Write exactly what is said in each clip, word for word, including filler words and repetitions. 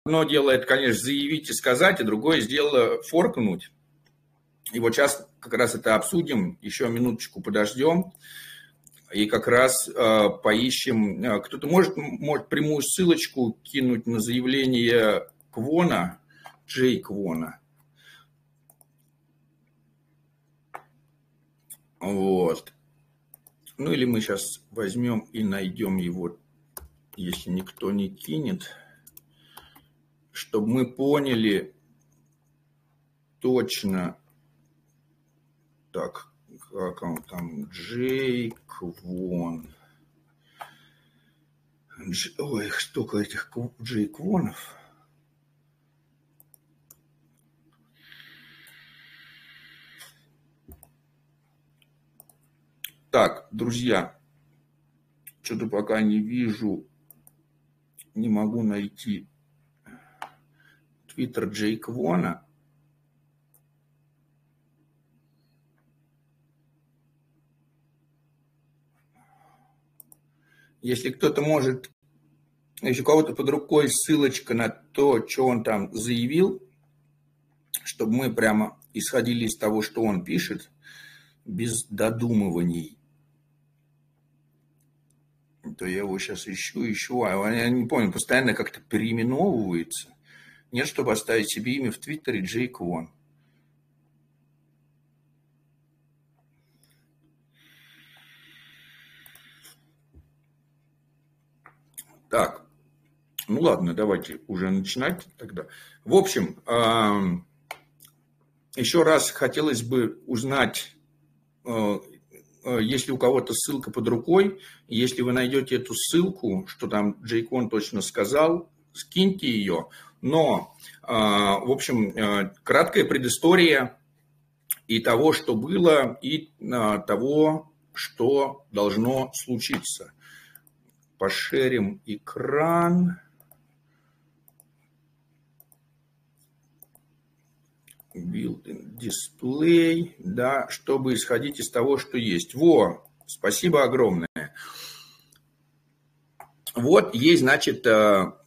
одно дело, это, конечно, заявить и сказать, а другое дело форкнуть. И вот сейчас как раз это обсудим, еще минуточку подождем. И как раз э, поищем, э, кто-то может, может прямую ссылочку кинуть на заявление Квона, Джей Квона. Вот. Ну или мы сейчас возьмем и найдем его, если никто не кинет, чтобы мы поняли точно. Так, как он там, Джей Квон. Дж... Ой, столько этих Джей Квонов. Так, друзья, что-то пока не вижу, не могу найти твиттер Джей Квона. Если кто-то может, если у кого-то под рукой ссылочка на то, что он там заявил, чтобы мы прямо исходили из того, что он пишет, без додумываний, то я его сейчас ищу, ищу, а я не помню, постоянно как-то переименовывается. Нет, чтобы оставить себе имя в Твиттере Джей Квон. Так, ну ладно, давайте уже начинать тогда. В общем, еще раз хотелось бы узнать, если у кого-то ссылка под рукой, если вы найдете эту ссылку, что там Джей Квон точно сказал, скиньте ее. Но, в общем, краткая предыстория и того, что было, и того, что должно случиться. Пошерим экран. Build display, да, чтобы исходить из того, что есть. Во, спасибо огромное. Вот есть, значит, да,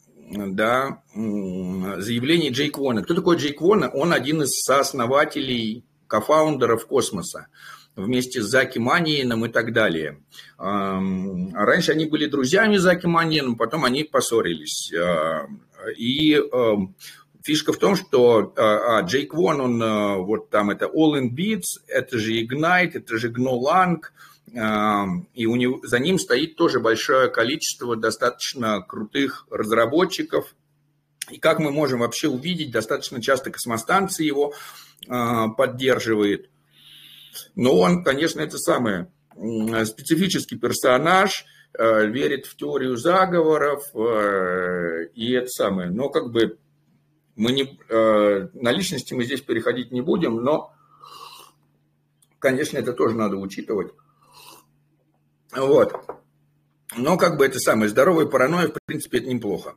заявление Джей Квона. Кто такой Джей Квон? Он один из сооснователей, кофаундеров Космоса. Вместе с Заки Маниеном и так далее. Раньше они были друзьями с Заки Маниеном, потом они поссорились. И фишка в том, что а, Джей Квон, он вот там это All in Bits, это же Ignite, это же GNOLang, и у него, за ним стоит тоже большое количество достаточно крутых разработчиков. И как мы можем вообще увидеть, достаточно часто космостанции его поддерживает. Но он, конечно, это самое, специфический персонаж, верит в теорию заговоров, и это самое. Но как бы мы не, на личности мы здесь переходить не будем, но, конечно, это тоже надо учитывать. Вот. Но как бы это самое, здоровая паранойя, в принципе, это неплохо.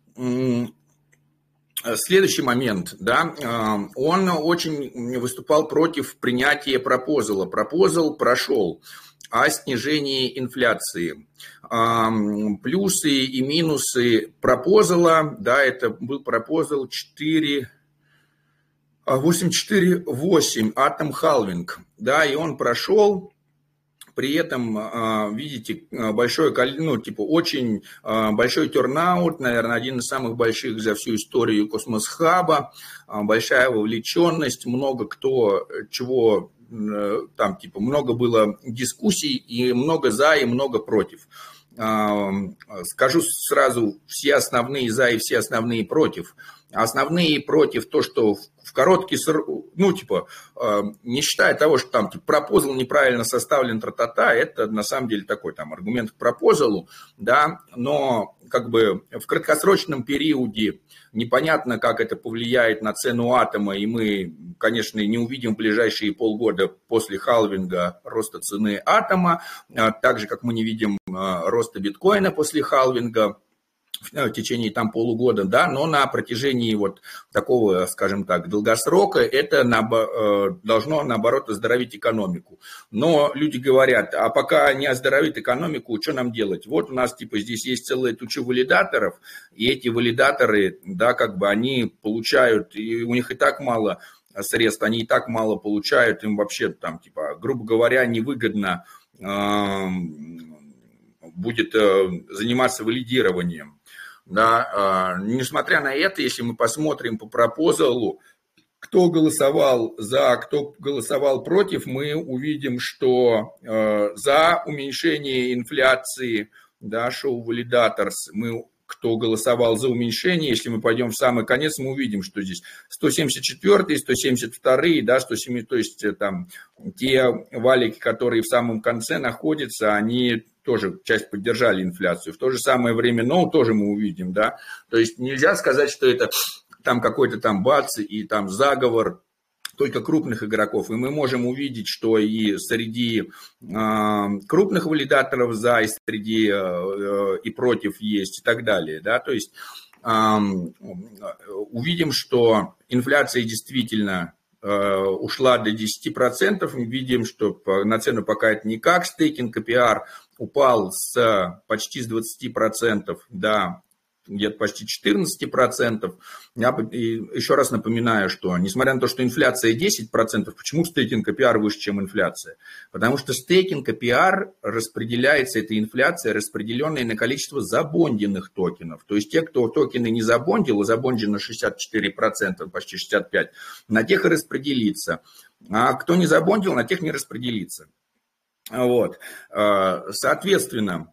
Следующий момент, да, он очень выступал против принятия пропозала. Пропозал прошел о снижении инфляции. Плюсы и минусы пропозала, да, это был пропозал четыре, восемь четыре восемь, Atom Halving, да, и он прошел. При этом, видите, большой, ну, типа, очень большой турнаут, наверное, один из самых больших за всю историю Космос-хаба, большая вовлеченность, много кто, чего, там, типа, много было дискуссий, и много за, и много против. Скажу сразу все основные за и все основные против. Основные против то, что в короткий срок, ну, типа, не считая того, что там типа, пропозал неправильно составлен, тра-та-та, это на самом деле такой там аргумент к пропозалу, да, но как бы в краткосрочном периоде непонятно, как это повлияет на цену атома, и мы, конечно, не увидим в ближайшие полгода после халвинга роста цены атома, так же, как мы не видим роста биткоина после халвинга. в течение там полугода, да, но на протяжении вот такого, скажем так, долгосрока это должно, наоборот, оздоровить экономику. Но люди говорят, а пока не оздоровит экономику, что нам делать? Вот у нас, типа, здесь есть целая туча валидаторов, и эти валидаторы, да, как бы они получают, и у них и так мало средств, они и так мало получают, им вообще там, типа, грубо говоря, невыгодно э, будет э, заниматься валидированием. Да, э, несмотря на это, если мы посмотрим по пропозалу, кто голосовал за, кто голосовал против, мы увидим, что э, за уменьшение инфляции, да, шоу Validators, мы, кто голосовал за уменьшение, если мы пойдем в самый конец, мы увидим, что здесь сто семьдесят четыре, сто семьдесят два, да, сто семь, то есть там те валики, которые в самом конце находятся, они тоже часть поддержали инфляцию. В то же самое время, но тоже мы увидим, да, то есть нельзя сказать, что это там какой-то там бац и там заговор только крупных игроков. И мы можем увидеть, что и среди э, крупных валидаторов за, и среди э, и против есть и так далее. Да? То есть э, увидим, что инфляция действительно э, ушла до десяти процентов. Мы видим, что на цену пока это никак. Стейкинг эй пи ар упал с почти с двадцати процентов до где-то почти четырнадцати процентов. Я еще раз напоминаю, что несмотря на то, что инфляция десять процентов, почему стейкинг эй пи ар выше, чем инфляция? Потому что стейкинг эй пи ар распределяется, эта инфляция, распределенная на количество забонденных токенов. То есть те, кто токены не забондил, забонджено шестьдесят четыре процента, почти шестьдесят пять процентов, на тех и распределится. А кто не забондил, на тех не распределится. Вот. Соответственно,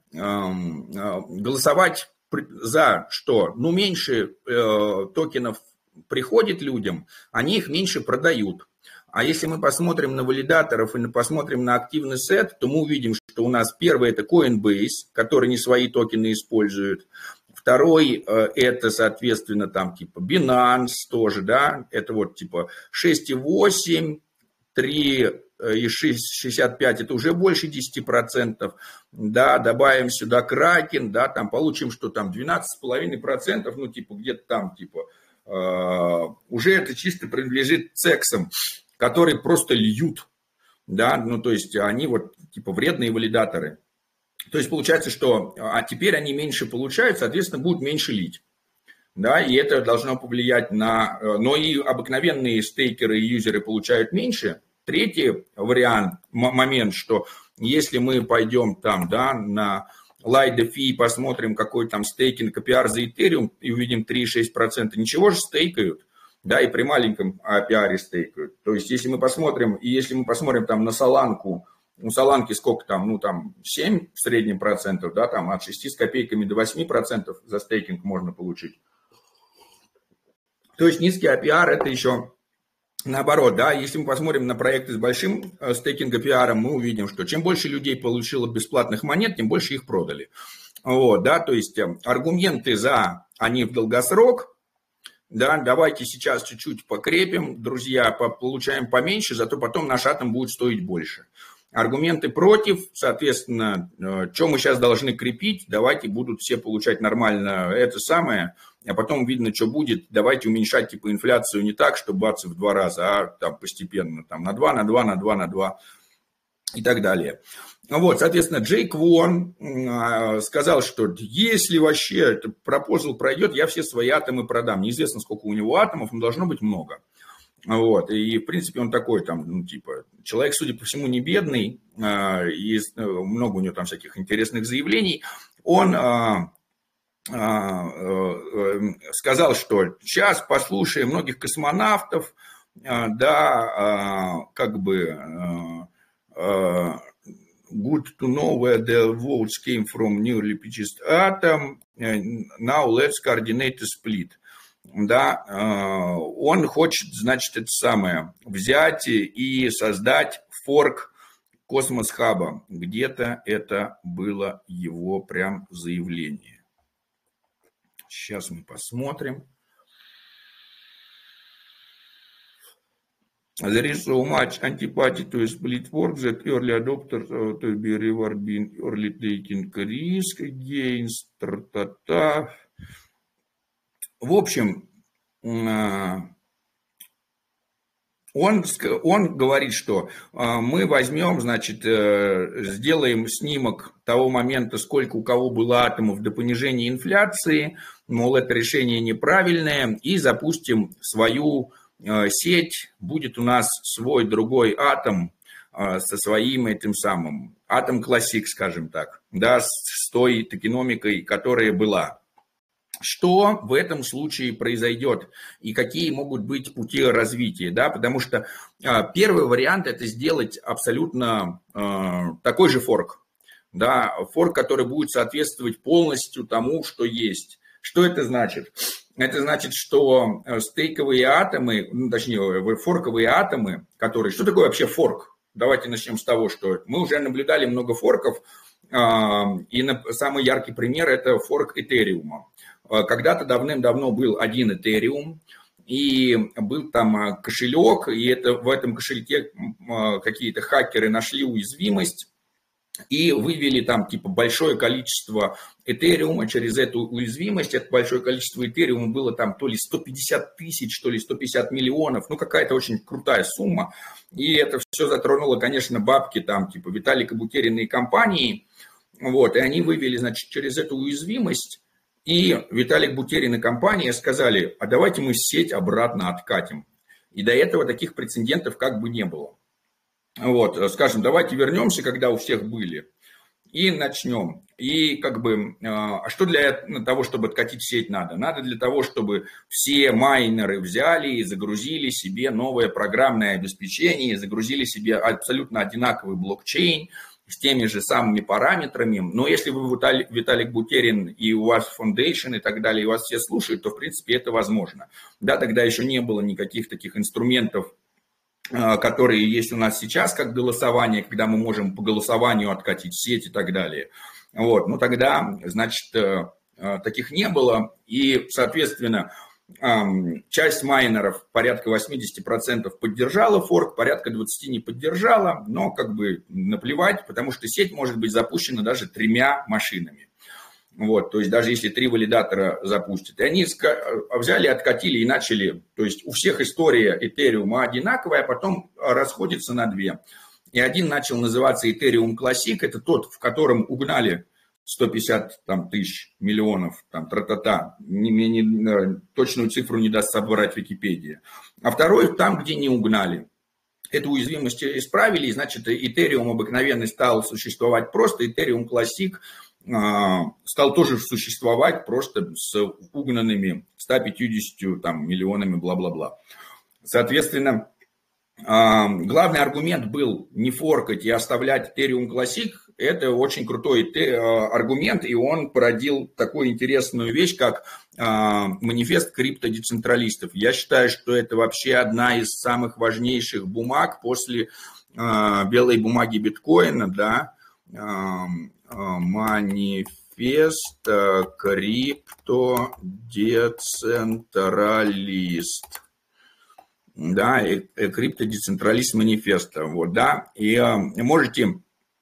голосовать за что? Ну, меньше э, токенов приходит людям, они их меньше продают. А если мы посмотрим на валидаторов и посмотрим на активный сет, то мы увидим, что у нас первый это Coinbase, который не свои токены использует. Второй э, это, соответственно, там типа Binance тоже, да, это вот типа шесть и восемь, три и шестьдесят пять, это уже больше десяти процентов, да, добавим сюда Кракен, да, там получим, что там двенадцать и пять процентов, ну, типа, где-то там, типа, э, уже это чисто принадлежит цексам, которые просто льют, да, ну, то есть они вот, типа, вредные валидаторы. То есть получается, что, а теперь они меньше получают, соответственно, будут меньше лить. Да, и это должно повлиять на, но и обыкновенные стейкеры и юзеры получают меньше. Третий вариант, момент, что если мы пойдем там, да, на LiDeFi и посмотрим, какой там стейкинг эй пи ар за Ethereum и увидим три и шесть десятых процента, ничего же стейкают, да, и при маленьком эй пи ар стейкают. То есть, если мы посмотрим, и если мы посмотрим там на Соланку, у Соланки сколько там, ну там семь в среднем процентов, да, там от шести с копейками до восьми процентов за стейкинг можно получить. То есть, низкий эй пи ар это еще... Наоборот, да, если мы посмотрим на проекты с большим стейкинг эй пи ар, мы увидим, что чем больше людей получило бесплатных монет, тем больше их продали. Вот, да, то есть аргументы за, они в долгосрок, да, давайте сейчас чуть-чуть покрепим, друзья, получаем поменьше, зато потом наш атом будет стоить больше. Аргументы против, соответственно, что мы сейчас должны крепить, давайте будут все получать нормально это самое, а потом видно, что будет, давайте уменьшать типа инфляцию не так, что бац в два раза, а там постепенно, там на два, на два, на два, на два и так далее. Вот, соответственно, Джейк Вон сказал, что если вообще этот пропозал пройдет, я все свои атомы продам. Неизвестно, сколько у него атомов, но должно быть много. Вот, и, в принципе, он такой, там, ну, типа, человек, судя по всему, не бедный, и много у него там всяких интересных заявлений. Он сказал, что сейчас послушаем многих космонавтов, да, как бы, good to know where the votes came from newly pitched atom, now let's coordinate a split. Да, он хочет, значит, это самое, взять и создать форк Космос Хаба. Где-то это было его прям заявление. Сейчас мы посмотрим. There is so much antipathy to split fork that early adopters uh, to be rewarded being early taking risk against ta-ta. в общем, Он, он говорит, что мы возьмем, значит, сделаем снимок того момента, сколько у кого было атомов до понижения инфляции, мол, это решение неправильное, и запустим свою сеть, будет у нас свой другой атом со своим этим самым, атом классик, скажем так, да, с той токеномикой, которая была. Что в этом случае произойдет и какие могут быть пути развития, да, потому что а, первый вариант это сделать абсолютно а, такой же форк, да, форк, который будет соответствовать полностью тому, что есть. Что это значит? Это значит, что стейковые атомы, ну, точнее, форковые атомы, которые, что такое вообще форк? Давайте начнем с того, что мы уже наблюдали много форков, а, и самый яркий пример это форк Этериума. Когда-то давным-давно был один Этериум, и был там кошелек, и это, в этом кошельке какие-то хакеры нашли уязвимость и вывели там типа большое количество Этериума через эту уязвимость. Это большое количество Этериума было там то ли сто пятьдесят тысяч, то ли сто пятьдесят миллионов, ну какая-то очень крутая сумма. И это все затронуло, конечно, бабки там типа Виталика Бутерина и компании. Вот, и они вывели, значит, через эту уязвимость. И Виталик Бутерин и компания сказали, а давайте мы сеть обратно откатим. И до этого таких прецедентов как бы не было. Вот, скажем, давайте вернемся, когда у всех были, и начнем. И как бы, а что для того, чтобы откатить сеть надо? Надо для того, чтобы все майнеры взяли и загрузили себе новое программное обеспечение, загрузили себе абсолютно одинаковый блокчейн, с теми же самыми параметрами, но если вы Виталик Бутерин и у вас Foundation и так далее, и вас все слушают, то в принципе это возможно. Да, тогда еще не было никаких таких инструментов, которые есть у нас сейчас, как голосование, когда мы можем по голосованию откатить сеть и так далее. Вот, но тогда, значит, таких не было, и, соответственно, часть майнеров, порядка восемьдесят процентов поддержала форк, порядка двадцать процентов не поддержала, но как бы наплевать, потому что сеть может быть запущена даже тремя машинами. Вот, то есть даже если три валидатора запустят. И они взяли, откатили и начали, то есть у всех история Этериума одинаковая, а потом расходится на две. И один начал называться Ethereum Classic, это тот, в котором угнали сто пятьдесят там, тысяч миллионов, там, тра-та-та, не, не, точную цифру не даст собрать Википедия. А второй там, где не угнали. Эту уязвимость исправили, и, значит, Ethereum обыкновенный стал существовать просто, Ethereum Classic э, стал тоже существовать просто с угнанными ста пятьюдесятью там, миллионами бла-бла-бла. Соответственно, э, главный аргумент был не форкать и оставлять Ethereum Classic. Это очень крутой аргумент, и он породил такую интересную вещь, как манифест криптодецентралистов. Я считаю, что это вообще одна из самых важнейших бумаг после белой бумаги биткоина, да, манифест криптодецентралист. Да, криптодецентралист манифеста. Вот, да, и можете...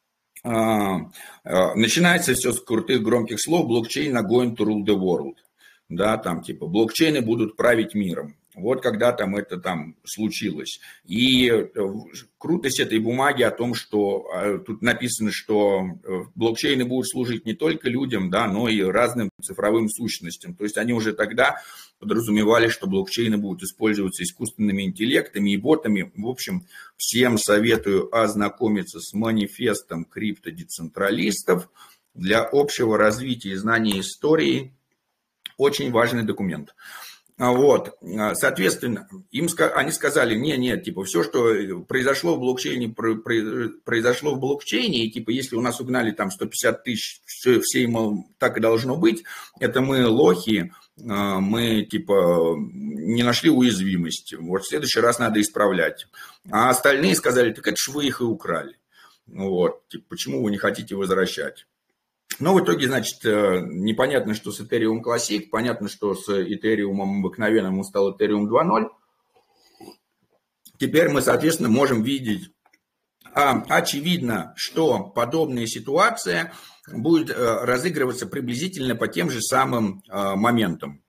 Начинается все с крутых громких слов. Блокчейн going to rule the world. Да, там типа блокчейны будут править миром. Вот когда там это там случилось. И крутость этой бумаги о том, что тут написано, что блокчейны будут служить не только людям, да, но и разным цифровым сущностям. То есть они уже тогда подразумевали, что блокчейны будут использоваться искусственными интеллектами и ботами. В общем, всем советую ознакомиться с манифестом криптодецентралистов для общего развития и знания истории. Очень важный документ. Вот, соответственно, им, они сказали, не, нет, типа, все, что произошло в блокчейне, произошло в блокчейне, и, типа, если у нас угнали там сто пятьдесят тысяч, все, все ему так и должно быть, это мы лохи, мы, типа, не нашли уязвимости, вот в следующий раз надо исправлять. А остальные сказали, так это ж вы их и украли, вот, типа, почему вы не хотите возвращать? Но в итоге, значит, непонятно, что с Ethereum Classic, понятно, что с Ethereum обыкновенным он стал Ethereum два ноль. Теперь мы, соответственно, можем видеть, а, очевидно, что подобная ситуация будет разыгрываться приблизительно по тем же самым моментам.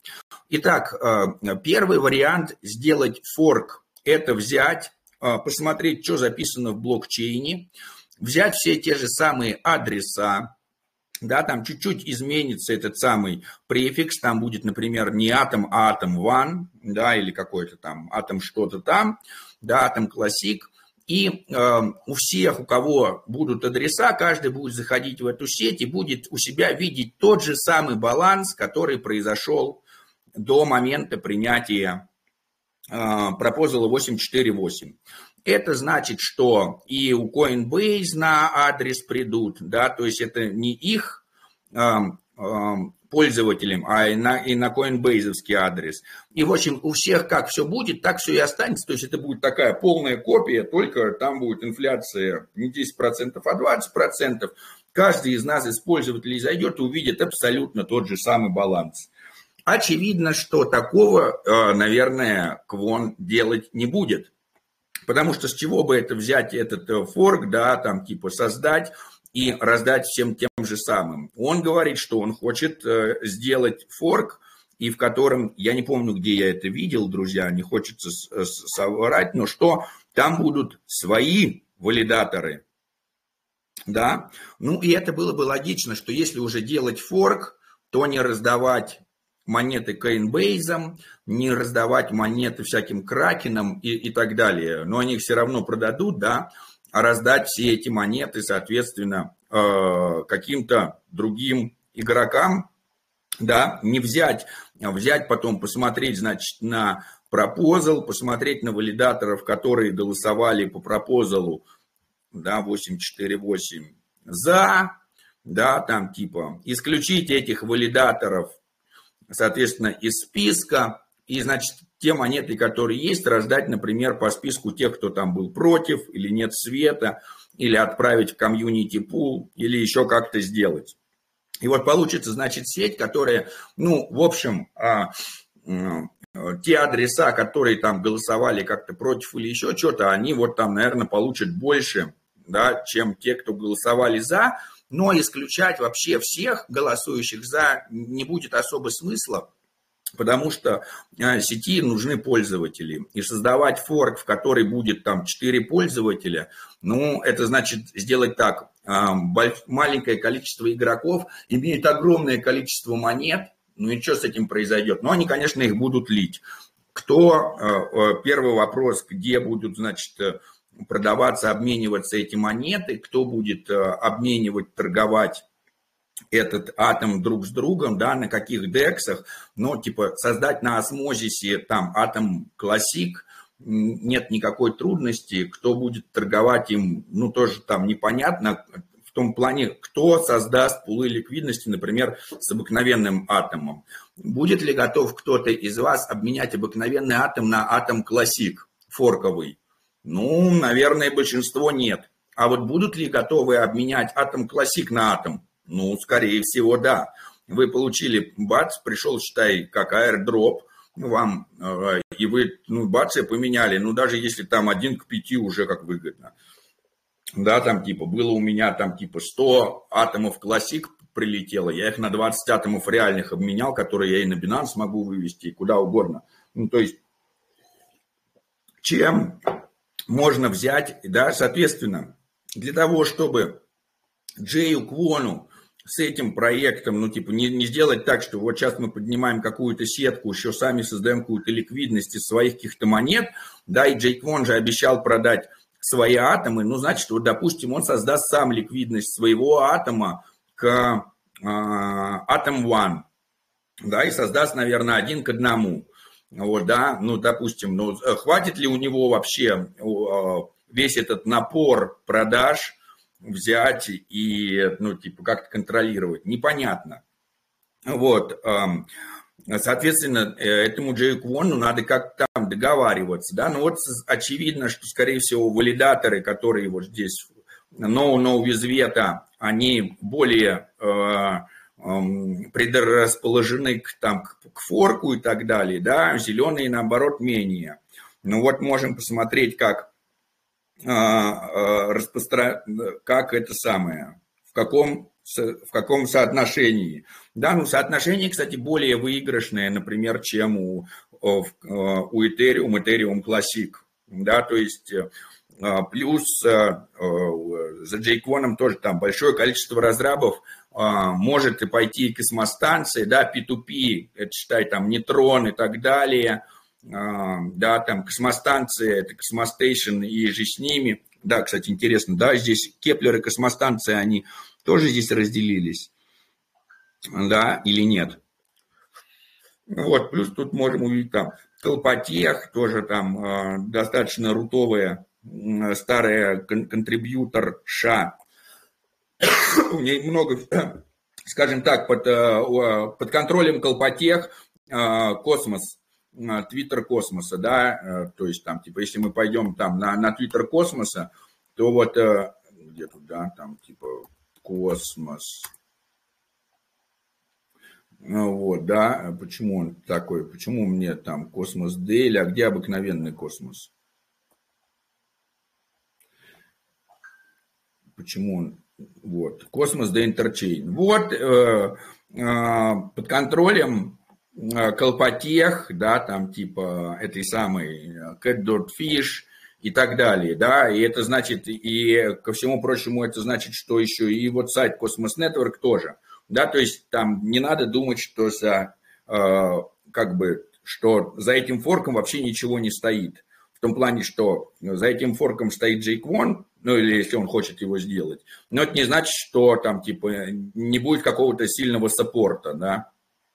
Итак, первый вариант сделать форк – это взять, посмотреть, что записано в блокчейне, взять все те же самые адреса, да, там чуть-чуть изменится этот самый префикс, там будет, например, не атом, а атом один, да, или какой-то там атом что-то там, да, атом классик. И э, у всех, у кого будут адреса, каждый будет заходить в эту сеть и будет у себя видеть тот же самый баланс, который произошел до момента принятия э, пропозала восемь четыре восемь. Это значит, что и у Coinbase на адрес придут, да, то есть это не их э, э, пользователям, а и на, и на Coinbase-овский адрес. И, в общем, у всех как все будет, так все и останется. То есть это будет такая полная копия, только там будет инфляция не десять процентов, а двадцать процентов. Каждый из нас, из пользователей, зайдет и увидит абсолютно тот же самый баланс. Очевидно, что такого, наверное, Квон делать не будет. Потому что с чего бы это взять, этот форк, да, там типа создать и раздать всем тем же самым. Он говорит, что он хочет сделать форк, и в котором, я не помню, где я это видел, друзья, не хочется соврать, но что там будут свои валидаторы, да. Ну и это было бы логично, что если уже делать форк, то не раздавать монеты Coinbase, не раздавать монеты всяким кракенам и, и так далее. Но они их все равно продадут, да, а раздать все эти монеты, соответственно, э, каким-то другим игрокам, да, не взять, а взять потом, посмотреть, значит, на пропозал, посмотреть на валидаторов, которые голосовали по пропозалу, да, восемь четыре восемь за, да, там типа, исключить этих валидаторов, соответственно, из списка, и, значит, те монеты, которые есть, раздать, например, по списку тех, кто там был против, или нет света, или отправить в комьюнити пул, или еще как-то сделать. И вот получится, значит, сеть, которая, ну, в общем, те адреса, которые там голосовали как-то против или еще что-то, они вот там, наверное, получат больше, да, чем те, кто голосовали за. Но исключать вообще всех голосующих за не будет особо смысла, потому что сети нужны пользователи. И создавать форк, в который будет там четыре пользователя, ну, это значит сделать так. Маленькое количество игроков имеет огромное количество монет, ну и что с этим произойдет? Ну, они, конечно, их будут лить. Кто, первый вопрос, где будут, значит, продаваться, обмениваться эти монеты, кто будет обменивать, торговать этот атом друг с другом, да, на каких дексах, но типа создать на осмозисе там атом классик, нет никакой трудности, кто будет торговать им, ну тоже там непонятно, в том плане, кто создаст пулы ликвидности, например, с обыкновенным атомом. Будет ли готов кто-то из вас обменять обыкновенный атом на атом классик, форковый? Ну, наверное, большинство нет. А вот будут ли готовы обменять атом классик на атом? Ну, скорее всего, да. Вы получили бац, пришел, считай, как аирдроп вам, и вы, ну, бац, и поменяли. Ну, даже если там один к пяти уже как выгодно. Да, там типа было у меня там типа сто атомов классик прилетело, я их на двадцать атомов реальных обменял, которые я и на Binance могу вывести, и куда угодно. Ну, то есть, чем можно взять, да, соответственно, для того, чтобы Джею Квону с этим проектом, ну, типа, не, не сделать так, что вот сейчас мы поднимаем какую-то сетку, еще сами создаем какую-то ликвидность из своих каких-то монет, да, и Джей Квон же обещал продать свои атомы, ну, значит, вот, допустим, он создаст сам ликвидность своего атома к э, атом один, да, и создаст, наверное, один к одному. Вот, да, ну, допустим, ну, хватит ли у него вообще весь этот напор продаж взять и, ну, типа, как-то контролировать? Непонятно. Вот, соответственно, этому Джею Квону надо как-то там договариваться, да, ну, вот очевидно, что, скорее всего, валидаторы, которые вот здесь, no-no визвета, они более предрасположены к, там, к форку и так далее, да, зеленые, наоборот, менее. Ну вот можем посмотреть, как, э, распростран... как это самое, в каком в каком соотношении. Да, ну, соотношение, кстати, более выигрышное, например, чем у, у Ethereum, Ethereum Classic. Да, то есть плюс за Jquon тоже там большое количество разрабов может и пойти и космостанции, да, пи ту пи, это считай там нейтрон и так далее, да, там космостанции, это космостейшн и же с ними. Да, кстати, интересно, да, здесь Кеплер и космостанции, они тоже здесь разделились, да, или нет. Вот, плюс тут можем увидеть там Колпотех, тоже там э, достаточно рутовая э, старая кон- контрибьютор ша. У нее много, скажем так, под, э, под контролем Колпотех э, космос, Твиттер космоса, да, э, то есть там, типа, если мы пойдем там на, на Твиттер космоса, то вот, э, где тут, да, там, типа, космос. Вот, да, почему он такой, почему мне там Космос Дейли, а где обыкновенный космос? Почему он, вот, Космос да Интерчейн. Вот, э, э, под контролем э, Колпотех, да, там типа этой самой Cat.Fish и так далее, да, и это значит, и ко всему прочему, это значит, что еще и вот сайт Cosmos Network тоже. Да, то есть там не надо думать, что за, э, как бы, что за этим форком вообще ничего не стоит. В том плане, что за этим форком стоит Jquon, ну или если он хочет его сделать. Но это не значит, что там типа не будет какого-то сильного саппорта, да.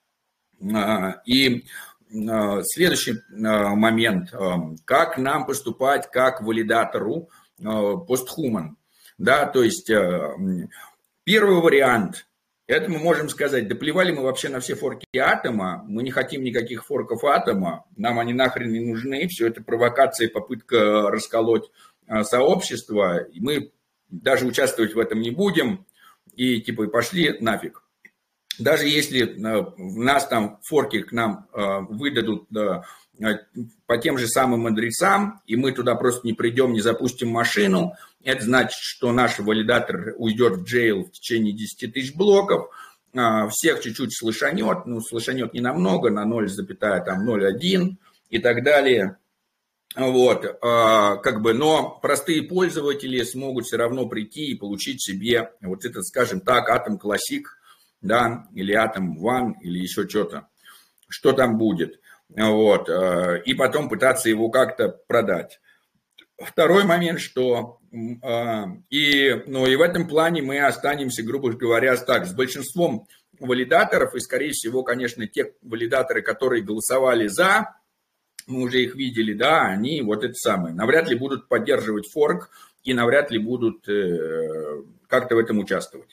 И э, следующий э, момент, э, как нам поступать как валидатору э, постхуман, да, то есть э, первый вариант. Это мы можем сказать, да плевали мы вообще на все форки атома, мы не хотим никаких форков атома, нам они нахрен не нужны, все это провокация и попытка расколоть сообщество, и мы даже участвовать в этом не будем, и типа пошли нафиг. Даже если в нас там форки к нам выдадут по тем же самым адресам, и мы туда просто не придем, не запустим машину, это значит, что наш валидатор уйдет в джейл в течение десяти тысяч блоков, всех чуть-чуть слышанет, ну, слышанет не намного, на ноль целых ноль один и так далее. Вот, как бы, но простые пользователи смогут все равно прийти и получить себе вот этот, скажем так, Atom Classic, да, или Atom One, или еще что-то, что там будет. Вот, и потом пытаться его как-то продать. Второй момент, что и, ну, и в этом плане мы останемся, грубо говоря, так, с большинством валидаторов, и, скорее всего, конечно, те валидаторы, которые голосовали за, мы уже их видели, да, они вот это самое, навряд ли будут поддерживать форк и навряд ли будут как-то в этом участвовать.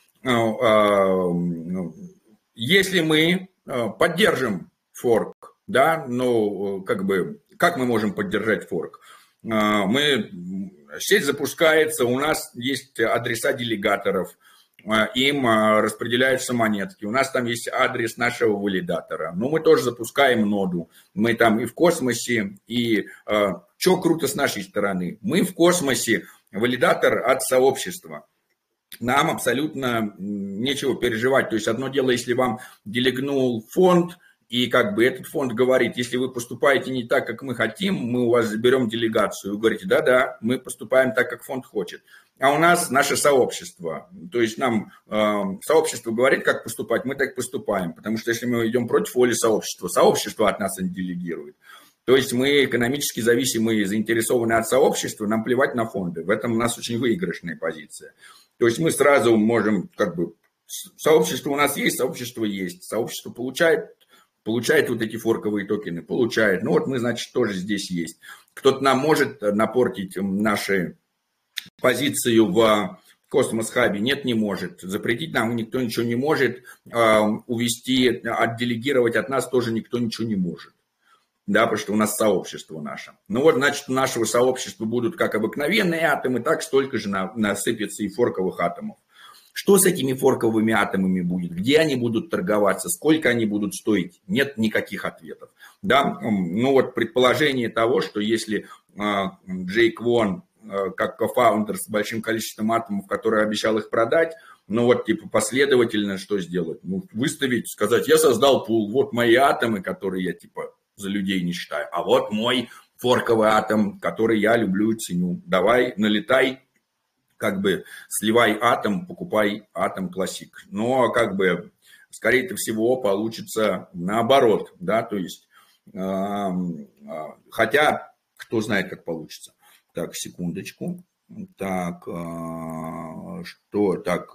Если мы поддержим форк, да, ну, как бы, как мы можем поддержать форк? Мы, сеть запускается, у нас есть адреса делегаторов, им распределяются монетки, у нас там есть адрес нашего валидатора, но мы тоже запускаем ноду, мы там и в космосе, и что круто с нашей стороны, мы в космосе валидатор от сообщества. Нам абсолютно нечего переживать. То есть одно дело, если вам делегнул фонд, и как бы этот фонд говорит, если вы поступаете не так, как мы хотим, мы у вас заберем делегацию. Вы говорите, да-да, мы поступаем так, как фонд хочет. А у нас наше сообщество. То есть нам э, сообщество говорит, как поступать, мы так поступаем. Потому что если мы идем против воли сообщества, сообщество от нас делегирует. То есть мы экономически зависимы и заинтересованы от сообщества, нам плевать на фонды. В этом у нас очень выигрышная позиция. То есть мы сразу можем, как бы, сообщество у нас есть, сообщество есть. Сообщество получает, получает вот эти форковые токены, получает. Ну вот мы, значит, тоже здесь есть. Кто-то нам может напортить наши позиции в Космос-хабе? Нет, не может. Запретить нам никто ничего не может. Увести, отделегировать от нас тоже никто ничего не может. Да, потому что у нас сообщество наше. Ну вот, значит, у нашего сообщества будут как обыкновенные атомы, так столько же насыпется и форковых атомов. Что с этими форковыми атомами будет? Где они будут торговаться? Сколько они будут стоить? Нет никаких ответов. Да, ну вот предположение того, что если Jquon как кофаундер с большим количеством атомов, который обещал их продать, Ну вот, типа, последовательно что сделать? Ну, выставить, сказать, я создал пул, вот мои атомы, которые я, типа, за людей не считаю, а вот мой форковый атом, который я люблю и ценю. Давай, налетай, как бы, сливай атом, покупай атом классик. Но, как бы, скорее всего, получится наоборот, да, то есть, э, э, хотя, кто знает, как получится. Так, секундочку. Так, что так,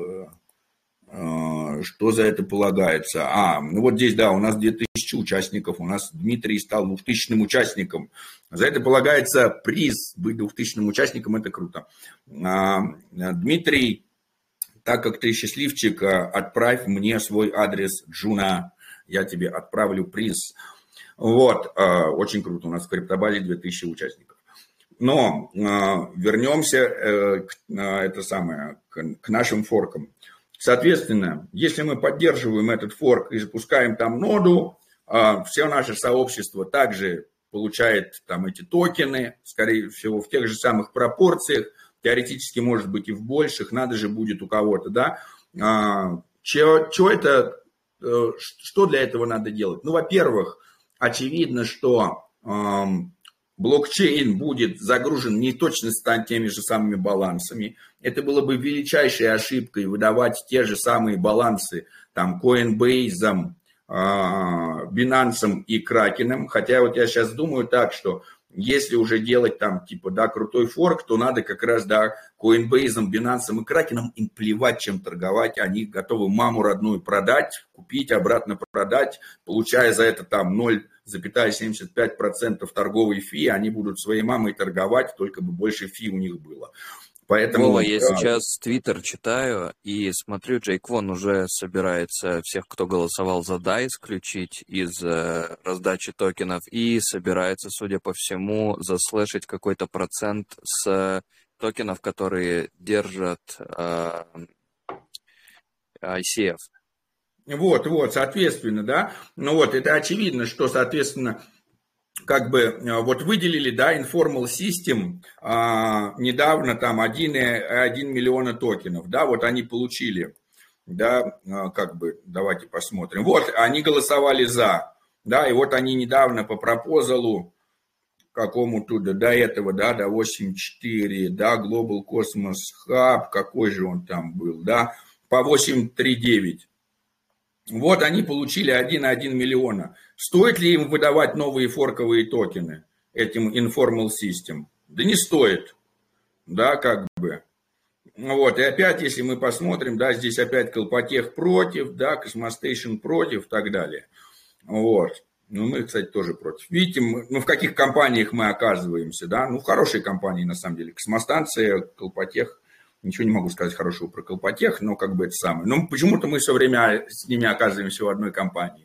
что за это полагается? А, ну вот здесь, да, у нас две тысячи участников, у нас Дмитрий стал двухтысячным участником. За это полагается приз, быть двухтысячным участником, это круто. Дмитрий, так как ты счастливчик, отправь мне свой адрес Джуна, я тебе отправлю приз. Вот, очень круто, у нас в криптобазе две тысячи участников. Но э, вернемся э, к, э, это самое, к, к нашим форкам. Соответственно, если мы поддерживаем этот форк и запускаем там ноду, э, все наше сообщество также получает там эти токены, скорее всего, в тех же самых пропорциях, теоретически, может быть, и в больших, надо же будет у кого-то, да. Э, что это, э, что для этого надо делать? Ну, во-первых, очевидно, что... Э, блокчейн будет загружен не точно с теми же самыми балансами. Это было бы величайшей ошибкой выдавать те же самые балансы там Coinbase, Binance и Kraken. Хотя вот я сейчас думаю так, что если уже делать там типа да крутой форк, то надо как раз да Coinbase, Binance и Kraken им плевать, чем торговать. Они готовы маму родную продать, купить, обратно продать, получая за это там ноль целых семьдесят пять сотых процента торговой фи, они будут своей мамой торговать, только бы больше фи у них было. Поэтому, Вова, я сейчас Твиттер читаю и смотрю, Джейк Вон уже собирается всех, кто голосовал за да, исключить из э, раздачи токенов и собирается, судя по всему, заслэшить какой-то процент с э, токенов, которые держат э, ай си эф. Вот, вот, соответственно, да, ну вот, это очевидно, что, соответственно, как бы вот выделили, да, Informal System а, недавно там один целых один миллиона токенов, да, вот они получили, да, как бы, давайте посмотрим, вот, они голосовали за, да, и вот они недавно по пропозалу какому-то до этого, да, до восемь четыре, да, Global Cosmos Hub, какой же он там был, да, по восемь три девять. Вот они получили один целых один миллиона. Стоит ли им выдавать новые форковые токены этим Informal System? Да не стоит. Да, как бы. Вот, и опять, если мы посмотрим, да, здесь опять Колпотех против, да, Cosmostation против и так далее. Вот. Ну, мы, кстати, тоже против. Видите, мы, ну, в каких компаниях мы оказываемся, да? Ну, хорошие компании, на самом деле. Космостанция, Колпотех. Ничего не могу сказать хорошего про Колпотех, но как бы это самое. Но почему-то мы все время с ними оказываемся в одной компании.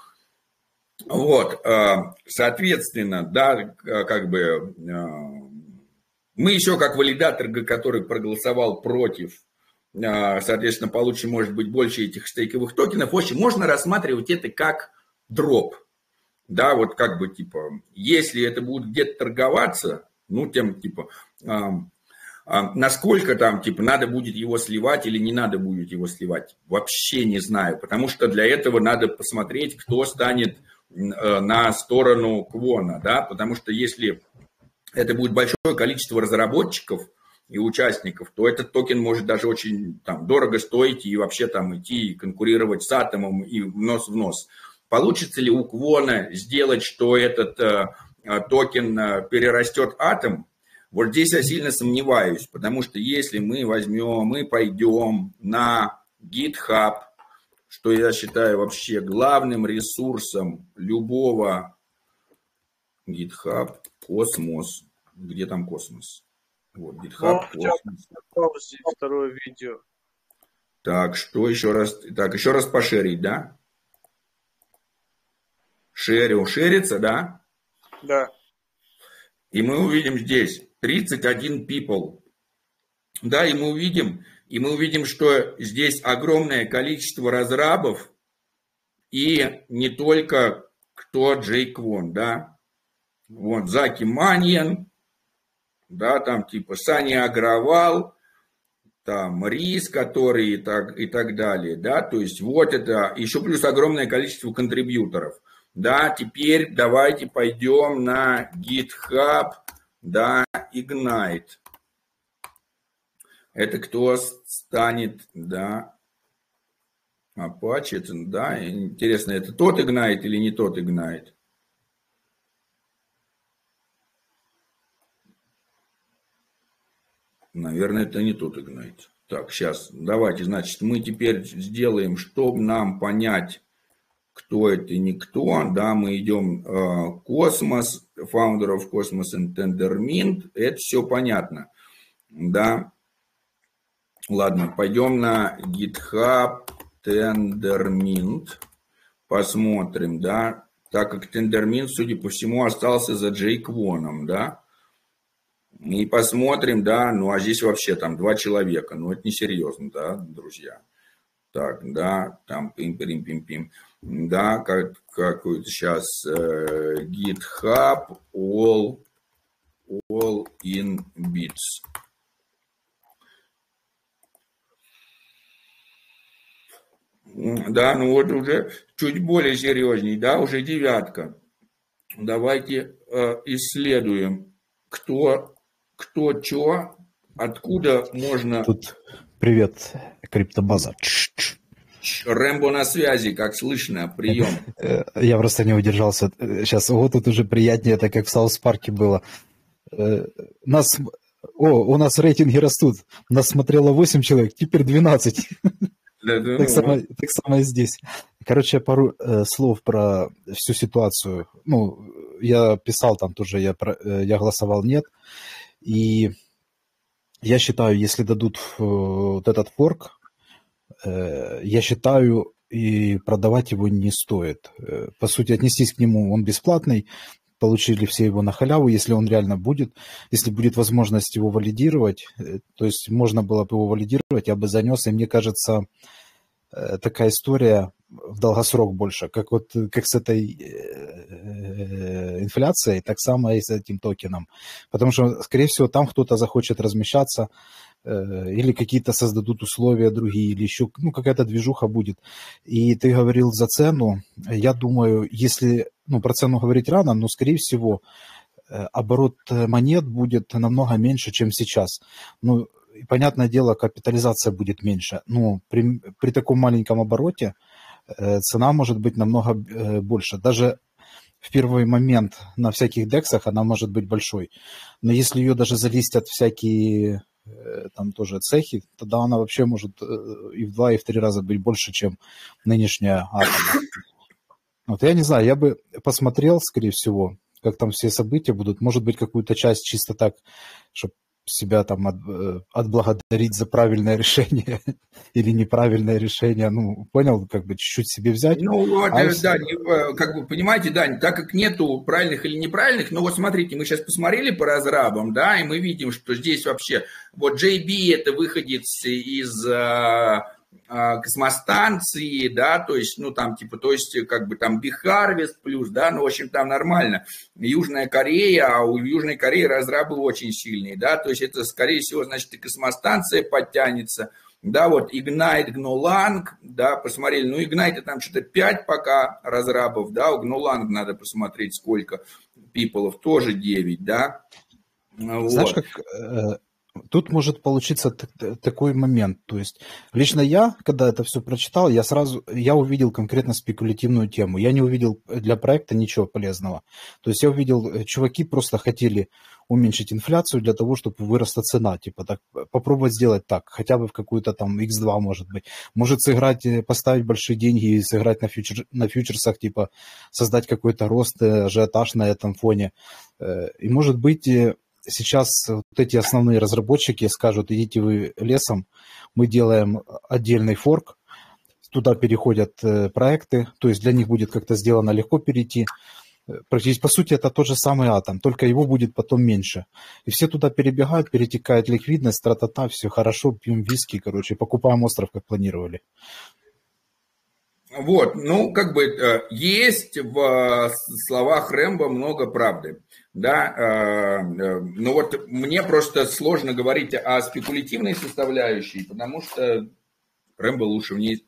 Вот, соответственно, да, как бы мы еще как валидатор, который проголосовал против, соответственно, получим, может быть, больше этих стейковых токенов. В общем, можно рассматривать это как дроп. Да, вот как бы, типа, если это будет где-то торговаться, ну, тем, типа... Насколько там, типа, надо будет его сливать или не надо будет его сливать, вообще не знаю, потому что для этого надо посмотреть, кто станет на сторону Квона, да, потому что если это будет большое количество разработчиков и участников, то этот токен может даже очень там дорого стоить и вообще там идти и конкурировать с атомом и нос в нос. Получится ли у Квона сделать, что этот э, токен перерастет атом? Вот здесь я сильно сомневаюсь, потому что если мы возьмем, мы пойдем на GitHub, что я считаю вообще главным ресурсом любого GitHub, Космос, где там Космос? Вот, GitHub, Космос. Второе видео. Так, что еще раз? Так, еще раз пошерить, да? Шерю, шерится, да? Да. И мы увидим здесь тридцать один people. Да, и мы увидим, и мы увидим, что здесь огромное количество разрабов, и не только кто Джейк Вон, да. Вот, Заки Маньян, да, там типа Саня Агравал, там риск, который и так, и так далее, да, то есть вот это, еще плюс огромное количество контрибьюторов, да, теперь давайте пойдем на GitHub, да, Ignite, это кто станет, да, Apache, да, интересно, это тот Ignite или не тот Ignite? Наверное, это не тот Ignite. Так, сейчас, давайте, значит, мы теперь сделаем, чтобы нам понять, кто это и никто. Да, мы идем э, Космос, Founder of Cosmos and Tendermint. Это все понятно. Да. Ладно, пойдем на GitHub Tendermint. Посмотрим, да. Так как Tendermint, судя по всему, остался за Джей Квоном, да. И посмотрим, да, ну а здесь вообще там два человека, ну это несерьезно, да, друзья. Так, да, там пим-пим-пим-пим, да, как, какой-то сейчас э, GitHub all, all in bits. Да, ну вот уже чуть более серьезней, да, уже девятка. Давайте э, исследуем, кто... Кто, что, откуда можно... Тут привет, криптобаза. Рэмбо на связи, как слышно, прием. Я просто не удержался. Сейчас, вот тут уже приятнее, это как в Саус-парке было. Нас... О, у нас рейтинги растут. Нас смотрело восемь человек, теперь двенадцать. Да, да, так, ну, самое, так самое здесь. Короче, пару э, слов про всю ситуацию. Ну, я писал там тоже, я, про, э, я голосовал нет. И я считаю, если дадут вот этот форк, я считаю, и продавать его не стоит. По сути, отнестись к нему, он бесплатный, получили все его на халяву, если он реально будет. Если будет возможность его валидировать, то есть можно было бы его валидировать, я бы занес, и мне кажется, такая история в долгосрок больше, как вот как с этой инфляцией, так само и с этим токеном. Потому что, скорее всего, там кто-то захочет размещаться, или какие-то создадут условия другие, или еще, ну, какая-то движуха будет. И ты говорил за цену. Я думаю, если, ну, про цену говорить рано, но, скорее всего, оборот монет будет намного меньше, чем сейчас. Ну, и, понятное дело, капитализация будет меньше. Но при, при таком маленьком обороте цена может быть намного больше. Даже в первый момент на всяких дексах она может быть большой. Но если ее даже залистят всякие там тоже цехи, тогда она вообще может и в два, и в три раза быть больше, чем нынешняя атома. Вот я не знаю, я бы посмотрел, скорее всего, как там все события будут. Может быть, какую-то часть чисто так, чтобы себя там от, отблагодарить за правильное решение или неправильное решение, ну, понял, как бы чуть-чуть себе взять. Ну, вот, а да, все... как бы, понимаете, Дань, так как нету правильных или неправильных, ну, вот смотрите, мы сейчас посмотрели по разрабам, да, и мы видим, что здесь вообще, вот джей би это выходец из а, а, космостанции, да, то есть, ну, там, типа, то есть, как бы, там, Бихарвест плюс, да, ну, в общем, там нормально. Южная Корея, а у Южной Кореи разрабы очень сильные, да, то есть, это, скорее всего, значит, и космостанция подтянется. Да, вот Ignite, GNU-Lang, да, посмотрели, ну, Ignite там что-то пять пока разрабов, да, у GNU-Lang надо посмотреть, сколько, пиплов тоже девять, да. Знаешь, вот. как... Тут может получиться такой момент, то есть лично я, когда это все прочитал, я сразу, я увидел конкретно спекулятивную тему, я не увидел для проекта ничего полезного, то есть я увидел, чуваки просто хотели уменьшить инфляцию для того, чтобы выросла цена, типа так, попробовать сделать так, хотя бы в какую-то там икс два может быть, может сыграть, поставить большие деньги и сыграть на, фьючер, на фьючерсах, типа создать какой-то рост, ажиотаж на этом фоне, и может быть... Сейчас вот эти основные разработчики скажут, идите вы лесом, мы делаем отдельный форк, туда переходят проекты, то есть для них будет как-то сделано легко перейти. Практически, по сути, это тот же самый атом, только его будет потом меньше. И все туда перебегают, перетекает ликвидность, тра-та-та, все хорошо, пьем виски, короче, покупаем остров, как планировали. Вот, ну, как бы есть в словах Рэмбо много правды, да, но вот мне просто сложно говорить о спекулятивной составляющей, потому что Рэмбо лучше в ней...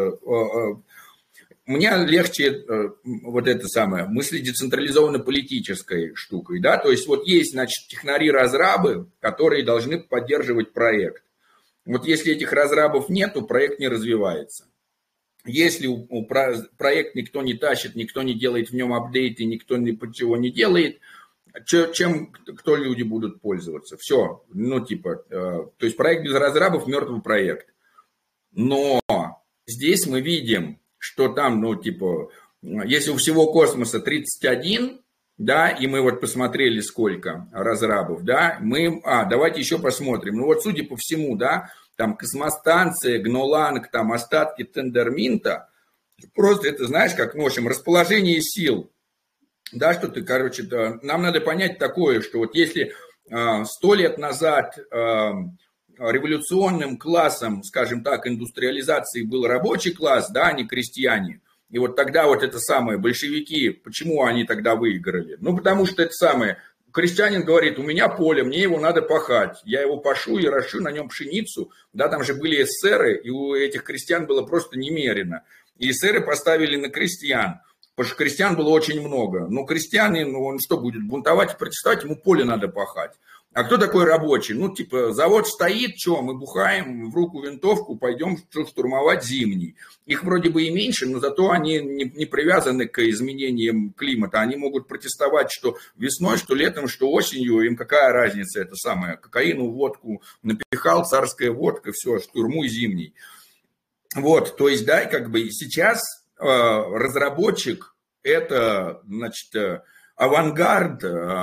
Мне легче вот это самое, мысли децентрализованно-политической штукой, да, то есть вот есть, значит, технари-разрабы, которые должны поддерживать проект. Вот если этих разрабов нет, то проект не развивается. Если у, у про, проект никто не тащит, никто не делает в нем апдейты, никто ничего не делает, че, чем, кто люди будут пользоваться? Все, ну типа, э, то есть проект без разрабов – мертвый проект. Но здесь мы видим, что там, ну типа, если у всего космоса тридцать один, да, и мы вот посмотрели сколько разрабов, да, мы, а, давайте еще посмотрим. Ну вот судя по всему, да, там космостанция, Гноланг, там остатки Тендерминта, просто это, знаешь, как, ну, в общем, расположение сил, да, что ты, короче, да, нам надо понять такое, что вот если сто э, лет назад э, революционным классом, скажем так, индустриализации был рабочий класс, да, а не крестьяне, и вот тогда вот это самое, большевики, почему они тогда выиграли? Ну, потому что это самое, крестьянин говорит, у меня поле, мне его надо пахать. Я его пашу и рошу на нем пшеницу. Да, там же были эсеры, и у этих крестьян было просто немерено. И эсеры поставили на крестьян, потому что крестьян было очень много. Но крестьянин, ну, он что будет, бунтовать и протестовать, ему поле надо пахать. А кто такой рабочий? Ну, типа, завод стоит, что, мы бухаем в руку винтовку, пойдем штурмовать Зимний. Их вроде бы и меньше, но зато они не привязаны к изменениям климата. Они могут протестовать, что весной, что летом, что осенью, им какая разница, это самое, кокаину, водку напихал, царская водка, все, штурмуй Зимний. Вот, то есть, да, как бы сейчас э, разработчик, это, значит, авангард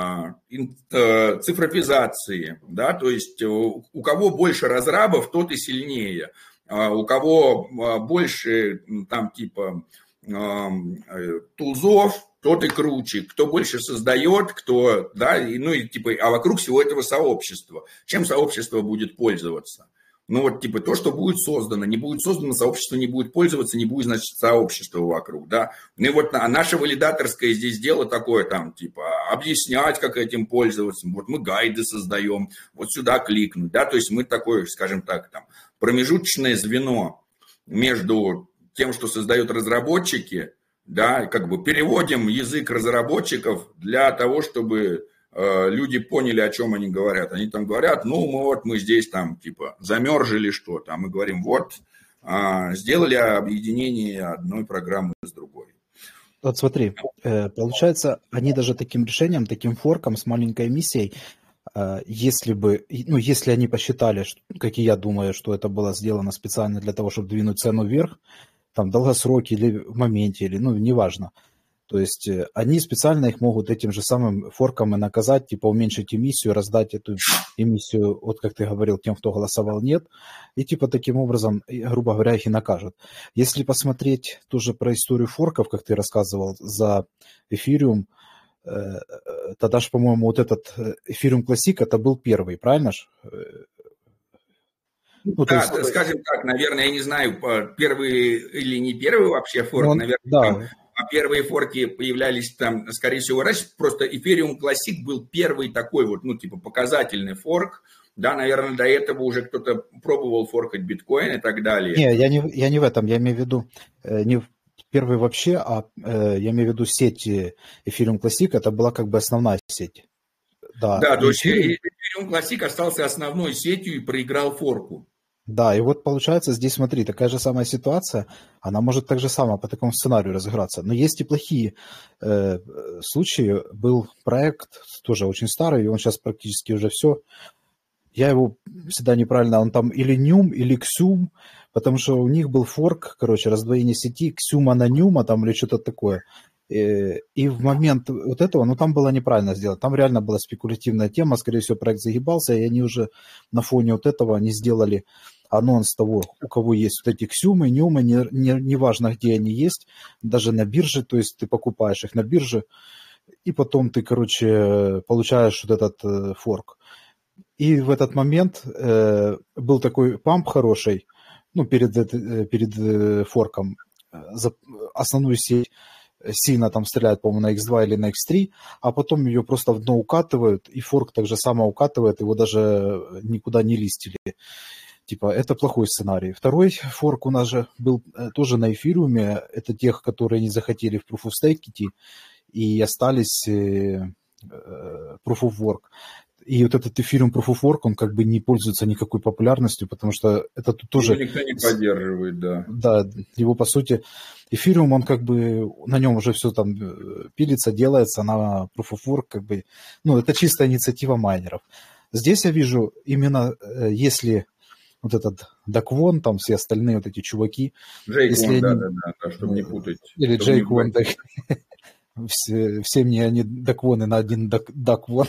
э, цифровизации, да, то есть у, у кого больше разрабов, тот и сильнее, а у кого больше там типа э, тулзов, тот и круче, кто больше создает, кто, да, и, ну и типа, а вокруг всего этого сообщества. Чем сообщество будет пользоваться? Ну вот типа то, что будет создано, не будет создано, сообщество не будет пользоваться, не будет, значит, сообщества вокруг, да. Ну и вот наше валидаторское здесь дело такое, там, типа, объяснять, как этим пользоваться, вот мы гайды создаем, вот сюда кликнуть, да, то есть мы такое, скажем так, там, промежуточное звено между тем, что создают разработчики, да, как бы переводим язык разработчиков для того, чтобы люди поняли, о чем они говорят. Они там говорят, ну, мы вот мы здесь там типа замерзли что-то, а мы говорим, вот, сделали объединение одной программы с другой. Вот смотри, получается, они даже таким решением, таким форком с маленькой миссией, если бы, ну, если они посчитали, как и я думаю, что это было сделано специально для того, чтобы двинуть цену вверх, там, долгосроки или в моменте, или, ну, неважно. То есть они специально их могут этим же самым форком и наказать, типа уменьшить эмиссию, раздать эту эмиссию, вот как ты говорил, тем, кто голосовал нет, и типа таким образом, грубо говоря, их и накажут. Если посмотреть тоже про историю форков, как ты рассказывал, за эфириум, тогда же, по-моему, вот этот эфириум Classic, это был первый, правильно ж? Ну, да, есть... скажем так, наверное, я не знаю, первый или не первый вообще форк, ну, наверное, да. Там... А первые форки появлялись там, скорее всего, раньше. Просто Ethereum Classic был первый такой вот, ну, типа, показательный форк. Да, наверное, до этого уже кто-то пробовал форкать биткоин и так далее. Не, я не, я не в этом. Я имею в виду не первый вообще, а я имею в виду сеть Ethereum Classic. Это была как бы основная сеть. Да, да, то есть Ethereum Classic остался основной сетью и проиграл форку. Да, и вот получается здесь, смотри, такая же самая ситуация, она может так же само по такому сценарию разыграться. Но есть и плохие э, случаи. Был проект, тоже очень старый, и он сейчас практически уже все. Я его всегда неправильно, он там или Нюм, или Ксюм, потому что у них был форк, короче, раздвоение сети, Ксюма на Нюма там или что-то такое. И, и в момент вот этого, ну там было неправильно сделано, там реально была спекулятивная тема, скорее всего, проект загибался, и они уже на фоне вот этого не сделали анонс того, у кого есть вот эти ксюмы, нюмы, не, не, не важно, где они есть, даже на бирже, то есть ты покупаешь их на бирже, и потом ты, короче, получаешь вот этот э, форк. И в этот момент э, был такой памп хороший, ну, перед, э, перед э, форком, основную сеть сильно там стреляют, по-моему, на икс два или на икс три, а потом ее просто в дно укатывают, и форк также само укатывает, его даже никуда не листили. Типа, это плохой сценарий. Второй форк у нас же был тоже на эфириуме, это тех, которые не захотели в Proof of Stake идти, и остались Proof of Work. И вот этот эфириум Proof of Work, он как бы не пользуется никакой популярностью, потому что это тут тоже... Его никто не поддерживает, да. Да, его, по сути, эфириум, он как бы, на нем уже все там пилится, делается, на Proof of Work, как бы, ну, это чистая инициатива майнеров. Здесь я вижу, именно если вот этот Даквон, там все остальные вот эти чуваки... Джейквон, да, они... да, да, да, чтобы не путать. Или Джейквон, да. Все, все мне они Даквоны на один Даквон.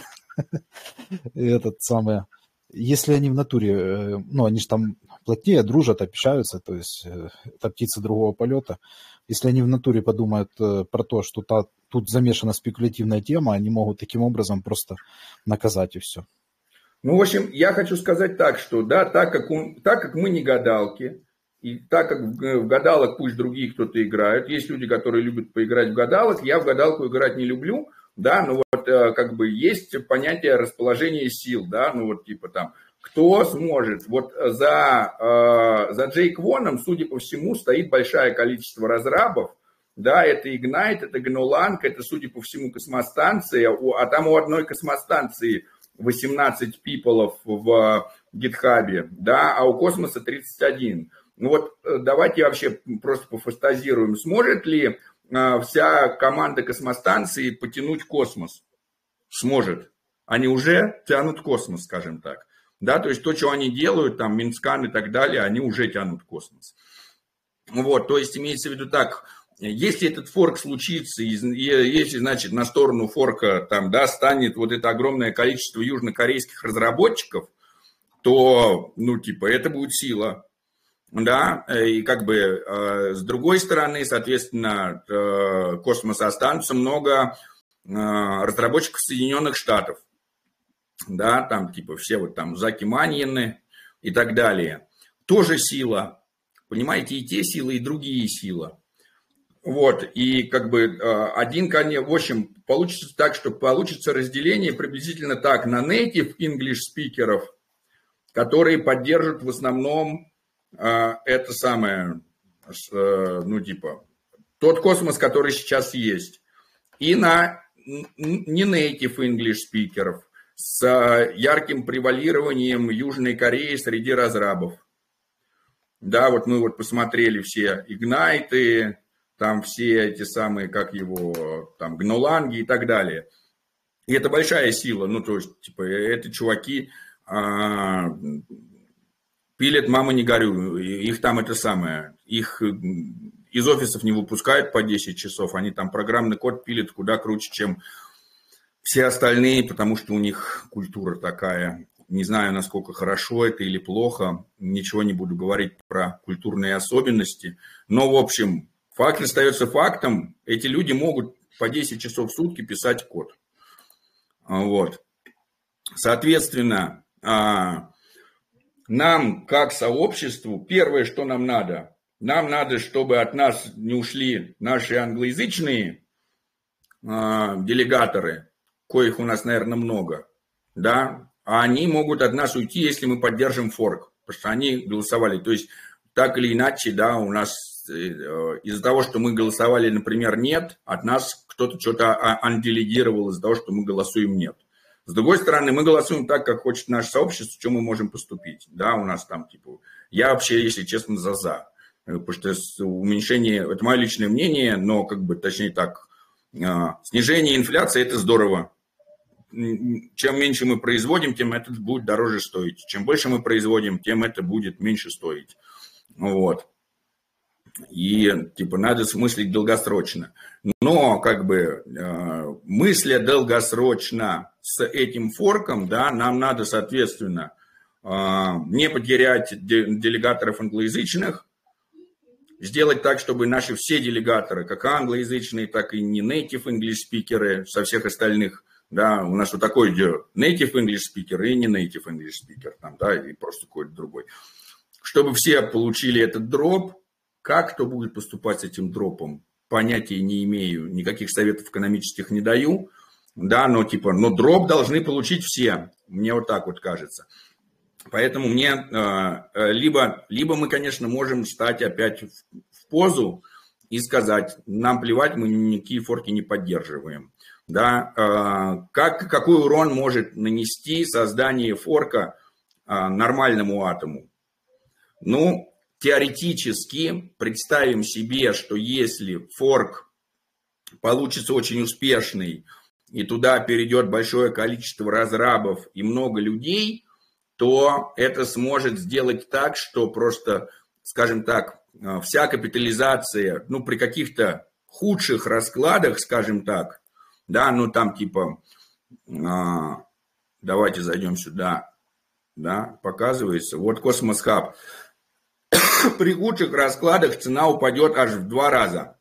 Этот самый, если они в натуре, ну, они же там плотнее дружат, общаются, то есть это птицы другого полета. Если они в натуре подумают про то, что та, тут замешана спекулятивная тема, они могут таким образом просто наказать и все. Ну, в общем, я хочу сказать так, что, да, так как, он, так как мы не гадалки, и так как в гадалок пусть другие кто-то играют, есть люди, которые любят поиграть в гадалок, я в гадалку играть не люблю, да, ну вот как бы есть понятие расположения сил, да, ну вот типа там, кто сможет, вот за, за Джейквоном, судя по всему, стоит большое количество разрабов, да, это Ignite, это Gnolang, это, судя по всему, космостанция, а там у одной космостанции восемнадцать пиполов в гитхабе, да, а у космоса тридцать один. Ну вот давайте вообще просто пофантазируем, сможет ли вся команда космостанции потянуть космос? Сможет. Они уже тянут космос, скажем так. Да, то есть то, что они делают, там, Минскан и так далее, они уже тянут космос. Вот, то есть имеется в виду так, если этот форк случится, и если, значит, на сторону форка там, да, станет вот это огромное количество южнокорейских разработчиков, то, ну, типа, это будет сила. Да, и как бы э, с другой стороны, соответственно, э, космоса останутся много э, разработчиков Соединенных Штатов. Да, там типа все вот там Заки Маньяны и так далее. Тоже сила. Понимаете, и те силы, и другие силы. Вот, и как бы э, один, в общем, получится так, что получится разделение приблизительно так на native English спикеров, которые поддержат в основном это самое, ну, типа, тот космос, который сейчас есть, и на не native English спикеров с ярким превалированием Южной Кореи среди разрабов. Да, вот мы вот посмотрели все Игнайты, там все эти самые, как его, там, Гноланги и так далее. И это большая сила, ну, то есть, типа, это чуваки... А, пилят, мама не горю, их там это самое, их из офисов не выпускают по десять часов, они там программный код пилят куда круче, чем все остальные, потому что у них культура такая. Не знаю, насколько хорошо это или плохо, ничего не буду говорить про культурные особенности, но, в общем, факт остается фактом, эти люди могут по десять часов в сутки писать код. Вот. Соответственно, нам, как сообществу, первое, что нам надо, нам надо, чтобы от нас не ушли наши англоязычные э, делегаторы, коих у нас, наверное, много, да, а они могут от нас уйти, если мы поддержим форк, потому что они голосовали. То есть, так или иначе, да, у нас э, из-за того, что мы голосовали, например, нет, от нас кто-то что-то анделегировал из-за того, что мы голосуем нет. С другой стороны, мы голосуем так, как хочет наше сообщество, что мы можем поступить. Да, у нас там, типа, я вообще, если честно, за «за». Потому что уменьшение, это мое личное мнение, но, как бы, точнее так, снижение инфляции – это здорово. Чем меньше мы производим, тем это будет дороже стоить. Чем больше мы производим, тем это будет меньше стоить. Вот. И, типа, надо смыслить долгосрочно. Но, как бы, э, мысля долгосрочно с этим форком, да, нам надо, соответственно, э, не потерять делегаторов англоязычных, сделать так, чтобы наши все делегаторы, как англоязычные, так и не native English спикеры со всех остальных, да, у нас вот такой native English спикер и не native English спикер, там, да, и просто какой-то другой, чтобы все получили этот дроп. Как кто будет поступать с этим дропом, понятия не имею, никаких советов экономических не даю. Да, но типа, но дроп должны получить все. Мне вот так вот кажется. Поэтому мне э, либо, либо мы, конечно, можем встать опять в, в позу и сказать, нам плевать, мы никакие форки не поддерживаем. Да, э, как, какой урон может нанести создание форка э, нормальному атому? Ну, теоретически представим себе, что если форк получится очень успешный, и туда перейдет большое количество разрабов и много людей, то это сможет сделать так, что просто, скажем так, вся капитализация, ну, при каких-то худших раскладах, скажем так, да, ну, там типа, а, давайте зайдем сюда, да, показывается, вот Космос Хаб, при худших раскладах цена упадет аж в два раза.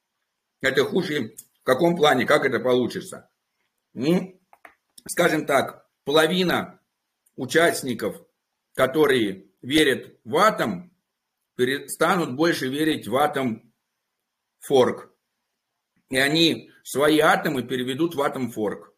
Это худший, в каком плане, как это получится? Ну, скажем так, половина участников, которые верят в атом, перестанут больше верить в атом форк. И они свои атомы переведут в атом форк.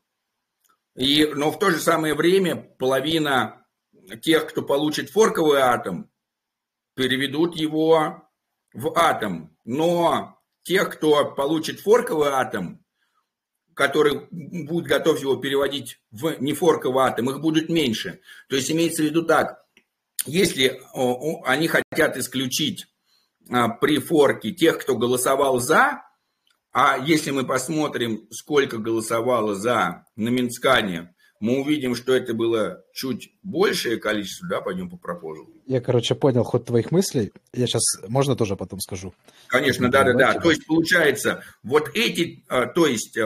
И, но в то же самое время половина тех, кто получит форковый атом, переведут его в атом. Но тех, кто получит форковый атом, который будет готов его переводить в нефорковый атом, их будет меньше. То есть имеется в виду так, если они хотят исключить при форке тех, кто голосовал за, а если мы посмотрим, сколько голосовало за на Минскане, мы увидим, что это было чуть большее количество, да, пойдем по пропозалу. Я, короче, понял ход твоих мыслей. Я сейчас, можно тоже потом скажу? Конечно, да-да-да. То есть, получается, вот эти, то есть,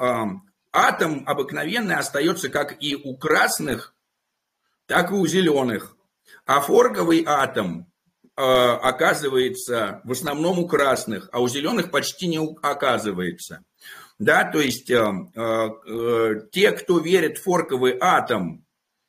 атом обыкновенный остается как и у красных, так и у зеленых. А форковый атом оказывается в основном у красных, а у зеленых почти не оказывается. Да, то есть э, э, те, кто верит в форковый атом,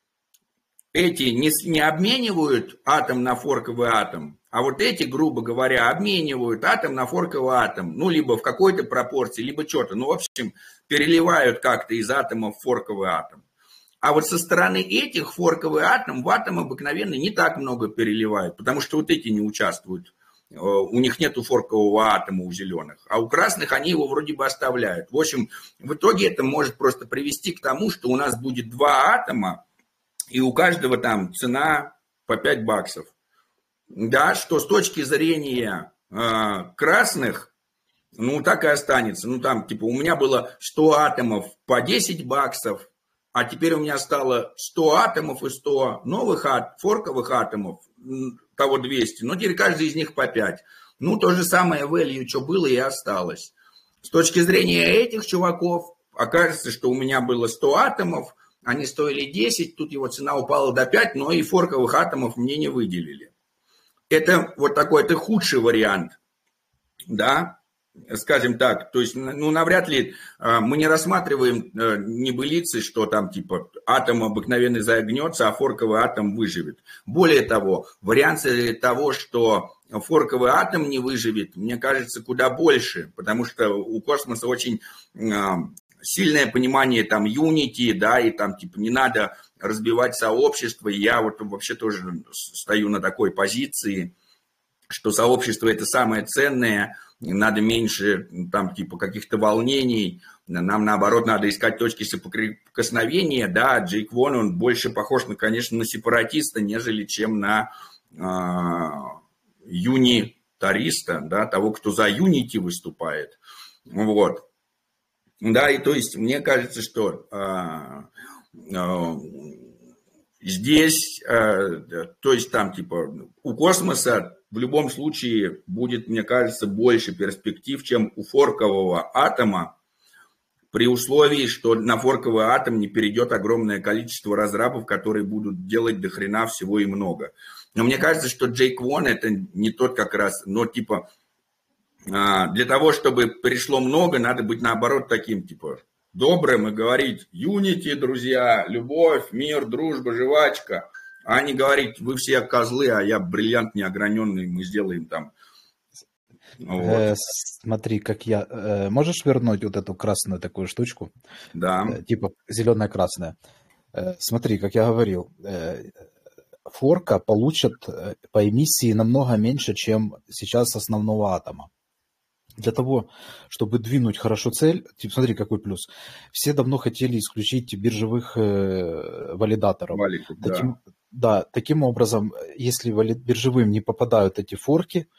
эти не, не обменивают атом на форковый атом, а вот эти, грубо говоря, обменивают атом на форковый атом, ну, либо в какой-то пропорции, либо что-то, ну, в общем, переливают как-то из атома в форковый атом. А вот со стороны этих форковый атом в атом обыкновенно не так много переливают, потому что вот эти не участвуют. У них нету форкового атома у зеленых, а у красных они его вроде бы оставляют. В общем, в итоге это может просто привести к тому, что у нас будет два атома, и у каждого там цена по пять баксов. Да, что с точки зрения э, красных, ну так и останется. Ну там типа у меня было сто атомов по десять баксов, а теперь у меня стало сто атомов и сто новых ат, форковых атомов, того двести, но теперь каждый из них по пять. Ну, то же самое value, что было и осталось. С точки зрения этих чуваков, окажется, что у меня было сто атомов, они стоили десять, тут его цена упала до пяти, но и форковых атомов мне не выделили. Это вот такой, это худший вариант, да, скажем так. То есть, ну, навряд ли мы не рассматриваем небылицы, что там типа атом обыкновенный загнется, а форковый атом выживет. Более того, вариант того, что форковый атом не выживет, мне кажется, куда больше, потому что у космоса очень сильное понимание там Unity, да, и там типа не надо разбивать сообщество. И я вот вообще тоже стою на такой позиции, что сообщество это самое ценное, надо меньше там типа каких-то волнений, нам наоборот надо искать точки соприкосновения, да, Джейк Вон, он больше похож, на, конечно, на сепаратиста, нежели чем на э, юнитариста, да, того, кто за Unity выступает, вот, да, и то есть мне кажется, что э, э, здесь, э, то есть там типа у космоса в любом случае будет, мне кажется, больше перспектив, чем у форкового атома, при условии, что на форковый атом не перейдет огромное количество разрабов, которые будут делать до хрена всего и много. Но мне кажется, что Джейк Вон это не тот как раз, но типа для того, чтобы пришло много, надо быть наоборот таким, типа добрым и говорить Unity, друзья, любовь, мир, дружба, жвачка. А не говорить, вы все козлы, а я бриллиант неограненный, мы сделаем там Вот. Э, смотри, как я... э, можешь вернуть вот эту красную такую штучку? Да. Э, типа зеленая-красная. Э, смотри, как я говорил, э, форка получат э, по эмиссии намного меньше, чем сейчас основного атома. Для того, чтобы двинуть хорошо цель, типа, смотри, какой плюс. Все давно хотели исключить биржевых э, валидаторов. Валиков, да. Таким, да, таким образом, если вали, биржевым не попадают эти форки,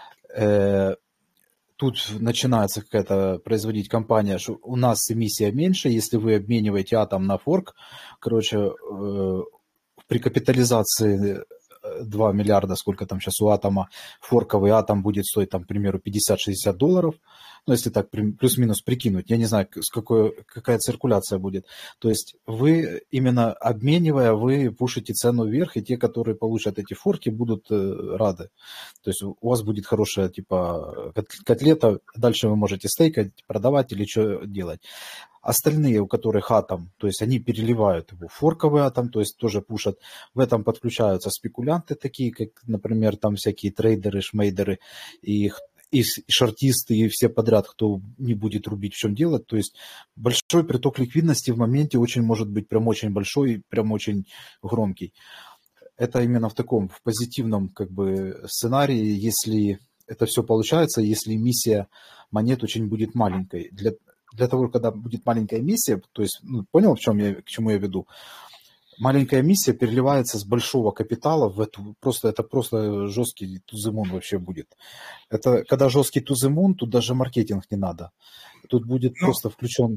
э, тут начинается какая-то производить компания, что у нас эмиссия меньше, если вы обмениваете атом на форк, короче, э, при капитализации два миллиарда, сколько там сейчас у атома, форковый атом будет стоить, там, к примеру, пятьдесят-шестьдесят долларов, ну, если так плюс-минус прикинуть, я не знаю, с какой, какая циркуляция будет. То есть вы, именно обменивая, вы пушите цену вверх, и те, которые получат эти форки, будут э, рады. То есть у вас будет хорошая, типа, котлета, дальше вы можете стейкать, продавать или что делать. Остальные, у которых атом, то есть они переливают его в форковый атом, то есть тоже пушат. В этом подключаются спекулянты такие, как, например, там всякие трейдеры, шмейдеры и, и шортисты, и все подряд, кто не будет рубить, в чем дело. То есть большой приток ликвидности в моменте очень может быть прям очень большой, прям очень громкий. Это именно в таком, в позитивном как бы сценарии, если это все получается, если эмиссия монет очень будет маленькой. Для Для того, когда будет маленькая эмиссия, то есть, ну, понял, в чем я, к чему я веду? Маленькая эмиссия переливается с большого капитала в эту, просто, это просто жесткий туземон вообще будет. Это, когда жесткий туземон, тут даже маркетинг не надо. Тут будет ну, просто включен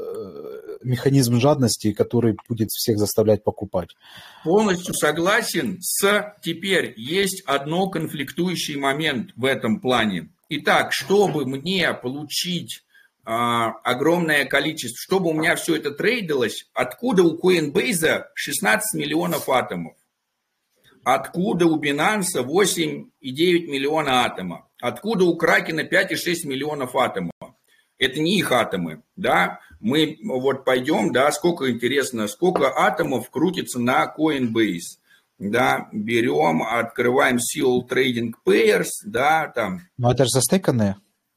э, механизм жадности, который будет всех заставлять покупать. Полностью согласен с... Теперь есть одно конфликтующий момент в этом плане. Итак, чтобы мне получить огромное количество, чтобы у меня все это трейдилось, откуда у Coinbase шестнадцать миллионов атомов, откуда у Binance восемь и девять миллиона атомов, откуда у Кракена пять и шесть миллионов атомов. Это не их атомы, да, мы вот пойдем, да, сколько интересно, сколько атомов крутится на Coinbase, да, берем, открываем Seal Trading Pairs, да, там. Ну это же застейканные.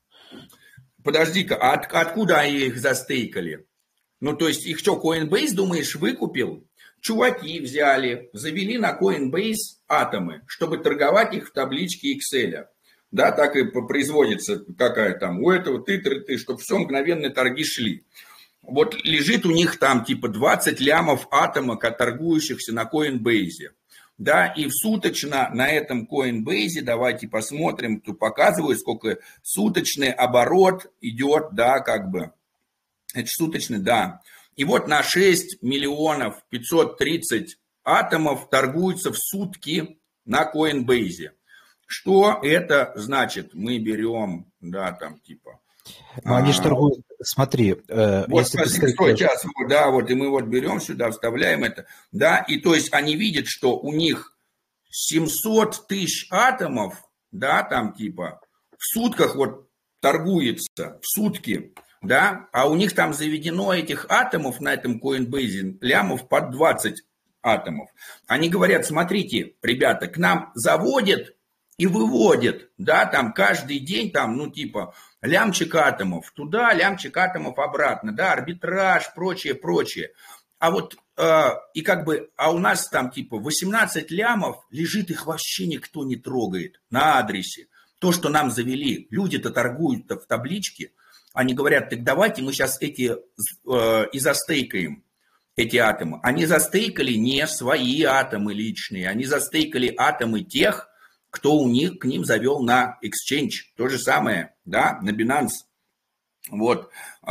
Подожди-ка, а от, откуда они их застейкали? Ну, то есть их что, Coinbase, думаешь, выкупил? Чуваки взяли, завели на Coinbase атомы, чтобы торговать их в табличке Excel. Да, так и производится какая там, у этого ты, ты, ты, чтобы все мгновенные торги шли. Вот лежит у них там типа двадцать лямов атома, торгующихся на Coinbase. Да, и в суточно на этом Coinbase, давайте посмотрим, тут показываю, сколько суточный оборот идет, да, как бы, это суточный, да. И вот на шесть миллионов пятьсот тридцать атомов торгуются в сутки на Coinbase. Что это значит? Мы берем, да, там типа... Но они же торгуют, смотри, э, вот если смотри, ты стой, сейчас, вот, да, вот, и мы вот берем сюда, вставляем это, да, и то есть они видят, что у них семьсот тысяч атомов, да, там типа, в сутках вот торгуется, в сутки, да, а у них там заведено этих атомов на этом Coinbase, лямов под двадцать атомов. Они говорят, смотрите, ребята, к нам заводят и выводят, да, там каждый день, там, ну, типа, лямчик атомов туда, лямчик атомов обратно, да, арбитраж, прочее, прочее. А вот, э, и как бы, а у нас там, типа, восемнадцать лямов лежит, их вообще никто не трогает на адресе. То, что нам завели, люди-то торгуют в табличке, они говорят, так давайте мы сейчас эти э, и застейкаем, эти атомы. Они застейкали не свои атомы личные, они застейкали атомы тех, кто у них к ним завел на Exchange. То же самое, да, на Binance. Вот.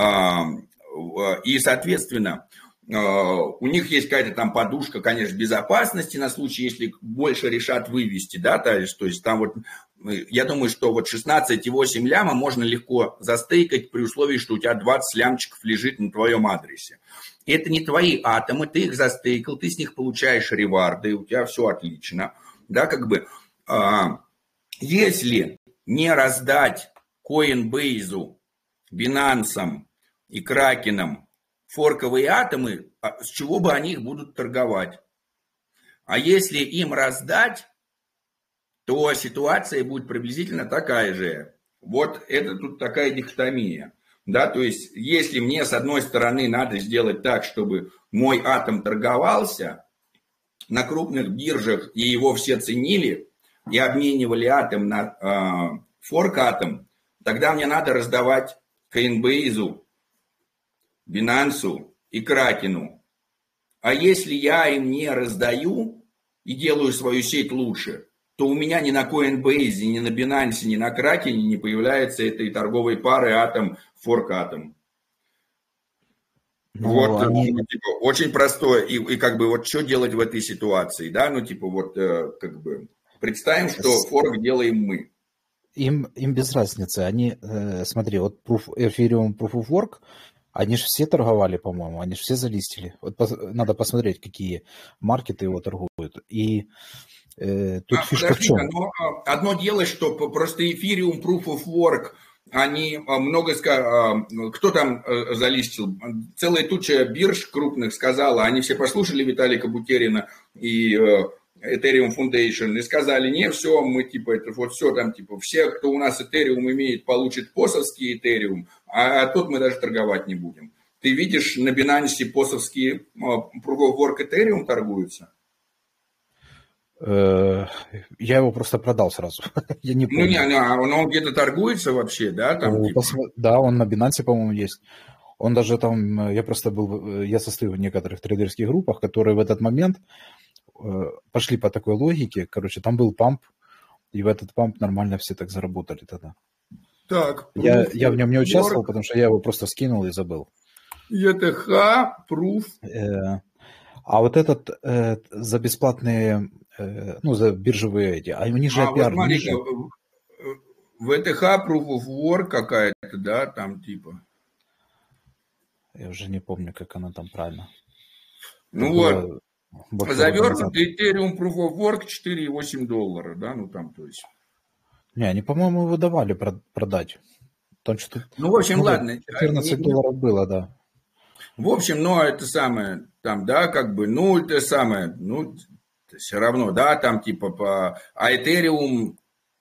И, соответственно, у них есть какая-то там подушка, конечно, безопасности на случай, если больше решат вывести, да, то есть, то есть там вот, я думаю, что вот шестнадцать и восемь ляма можно легко застейкать при условии, что у тебя двадцать лямчиков лежит на твоем адресе. И это не твои атомы, ты их застейкал, ты с них получаешь реварды, у тебя все отлично, да, как бы. Если не раздать Coinbase, Binance и Кракеном форковые атомы, с чего бы они их будут торговать? А если им раздать, то ситуация будет приблизительно такая же. Вот это тут такая дихотомия. Да, то есть, если мне, с одной стороны, надо сделать так, чтобы мой атом торговался на крупных биржах, и его все ценили, и обменивали атом на э, форк-атом, тогда мне надо раздавать Coinbase, Binance и Кракену. А если я им не раздаю и делаю свою сеть лучше, то у меня ни на Coinbase, ни на Binance, ни на Кракене не появляется этой торговой пары атом-форк-атом. Ну, вот, они... ну, типа, очень простое. И, и как бы вот что делать в этой ситуации, да? Ну, типа, вот, как бы, представим, что форк делаем мы. Им, им без разницы. Они, э, смотри, вот Proof, Ethereum Proof of Work, они же все торговали, по-моему, они же все залистили. Вот пос, надо посмотреть, какие маркеты его торгуют. И э, тут а, фишка в чем? Но одно дело, что просто Ethereum Proof of Work, они много, кто там залистил, целая туча бирж крупных сказала, они все послушали Виталика Бутерина и Ethereum Foundation и сказали, не, все, мы типа, это вот все там, типа, все, кто у нас Ethereum имеет, получит посовский Ethereum, а тот мы даже торговать не будем. Ты видишь, на Binance посовские Proof of Work Ethereum торгуются? Я его просто продал сразу. Я не помню. Ну, не, не, он где-то торгуется вообще, да? Там, О, типа... посмо... Да, он на Binance, по-моему, есть. Он даже там, я просто был, я состою в некоторых трейдерских группах, которые в этот момент пошли по такой логике. Короче, там был памп, и в этот памп нормально все так заработали тогда. Так. Я, я в нем не участвовал, потому что я его просто скинул и забыл. и ти эйч, Proof. А вот этот э, за бесплатные, э, ну, за биржевые эти, а у них же а, эй пи ай вот ниже. в и ти эйч Proof of Work какая-то, да, там типа. Я уже не помню, как она там правильно. Ну вот, завернутый Ethereum Proof of Work четыре и восемь доллара, да, ну там, то есть. Не, они, по-моему, его давали продать. Там что-то... Ну, в общем, ну, ладно. четырнадцать не... долларов было, да. В общем, ну, это самое, там, да, как бы, ну, это самое, ну, все равно, да, там, типа, по... А Ethereum,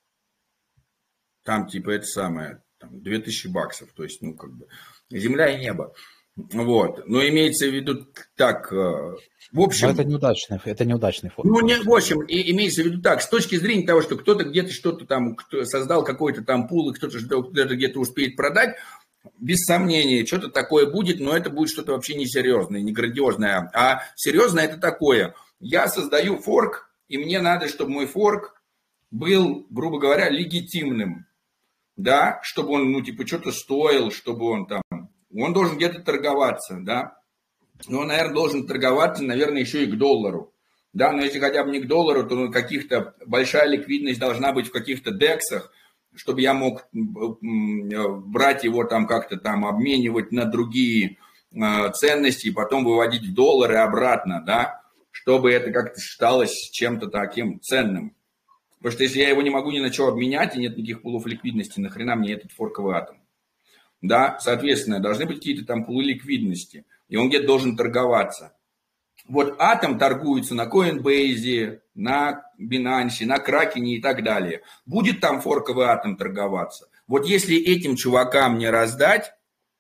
там, типа, это самое, там, две тысячи баксов, то есть, ну, как бы, земля и небо. Вот, но имеется в виду так, в общем... Но это неудачный, это неудачный фонд. Ну, не, в общем, и, имеется в виду так, с точки зрения того, что кто-то где-то что-то там, кто создал какой-то там пул, и кто-то кто-то где-то успеет продать, без сомнения, что-то такое будет, но это будет что-то вообще не серьезное, не грандиозное. А серьезное это такое. Я создаю форк, и мне надо, чтобы мой форк был, грубо говоря, легитимным. Да, чтобы он, ну, типа, что-то стоил, чтобы он там... Он должен где-то торговаться, да. Но он, наверное, должен торговаться, наверное, еще и к доллару. Да, но если хотя бы не к доллару, то ну, каких-то большая ликвидность должна быть в каких-то дексах, чтобы я мог брать его там как-то там, обменивать на другие э, ценности и потом выводить в доллары обратно, да, чтобы это как-то считалось чем-то таким ценным. Потому что если я его не могу ни на что обменять и нет никаких пулов ликвидности, нахрена мне этот форковый атом? Да, соответственно, должны быть какие-то там пулы ликвидности, и он где-то должен торговаться. Вот атом торгуется на Coinbase, на Binance, на Кракене и так далее. Будет там форковый атом торговаться. Вот если этим чувакам не раздать,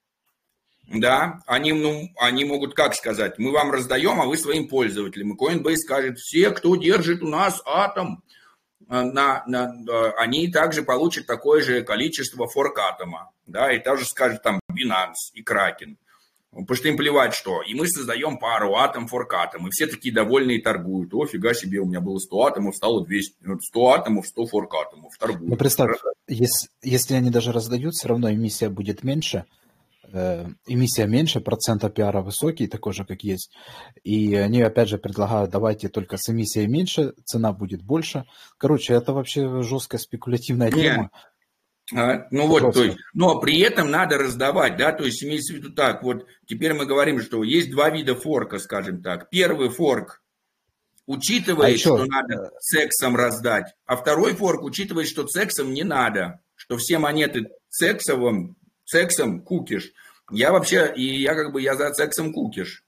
да, они, ну, они могут как сказать, мы вам раздаем, а вы своим пользователям. И Coinbase скажет, все, кто держит у нас атом, на, на, они также получат такое же количество форк-атома. Да, и также скажет там Binance и Kraken. Потому что им плевать, что. И мы создаем пару атом, форк-атом. И все такие довольные и торгуют. О, фига себе, у меня было сто атомов, стало двести. сто атомов, сто форк-атомов. Торгуют. Ну, представь, если, если они даже раздают, все равно эмиссия будет меньше. Э, эмиссия меньше, процент эй пи ай высокий, такой же, как есть. И они, опять же, предлагают, давайте только с эмиссией меньше, цена будет больше. Короче, это вообще жесткая спекулятивная тема. А, ну вот, то есть, но при этом надо раздавать, да, то есть имеется в виду так, вот теперь мы говорим, что есть два вида форка, скажем так. Первый форк учитывает, а еще... что надо сексом раздать, а второй форк учитывает, что сексом не надо, что все монеты сексовым, сексом кукиш. Я вообще, и я как бы, я за сексом кукиш.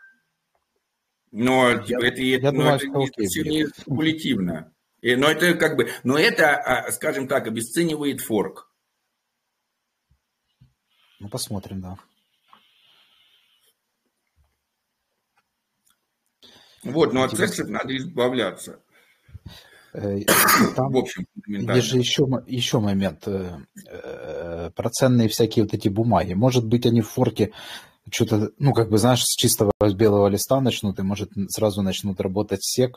Но я, типа, это, я но думаю, это не, все не спекулятивно. Но это как бы, но это, скажем так, обесценивает форк. Ну, посмотрим, да. Вот, но от цексов надо избавляться. Там в общем, есть же еще, еще момент. Про ценные всякие вот эти бумаги. Может быть, они в форке что-то, ну, как бы, знаешь, с чистого с белого листа начнут, и, может, сразу начнут работать сек,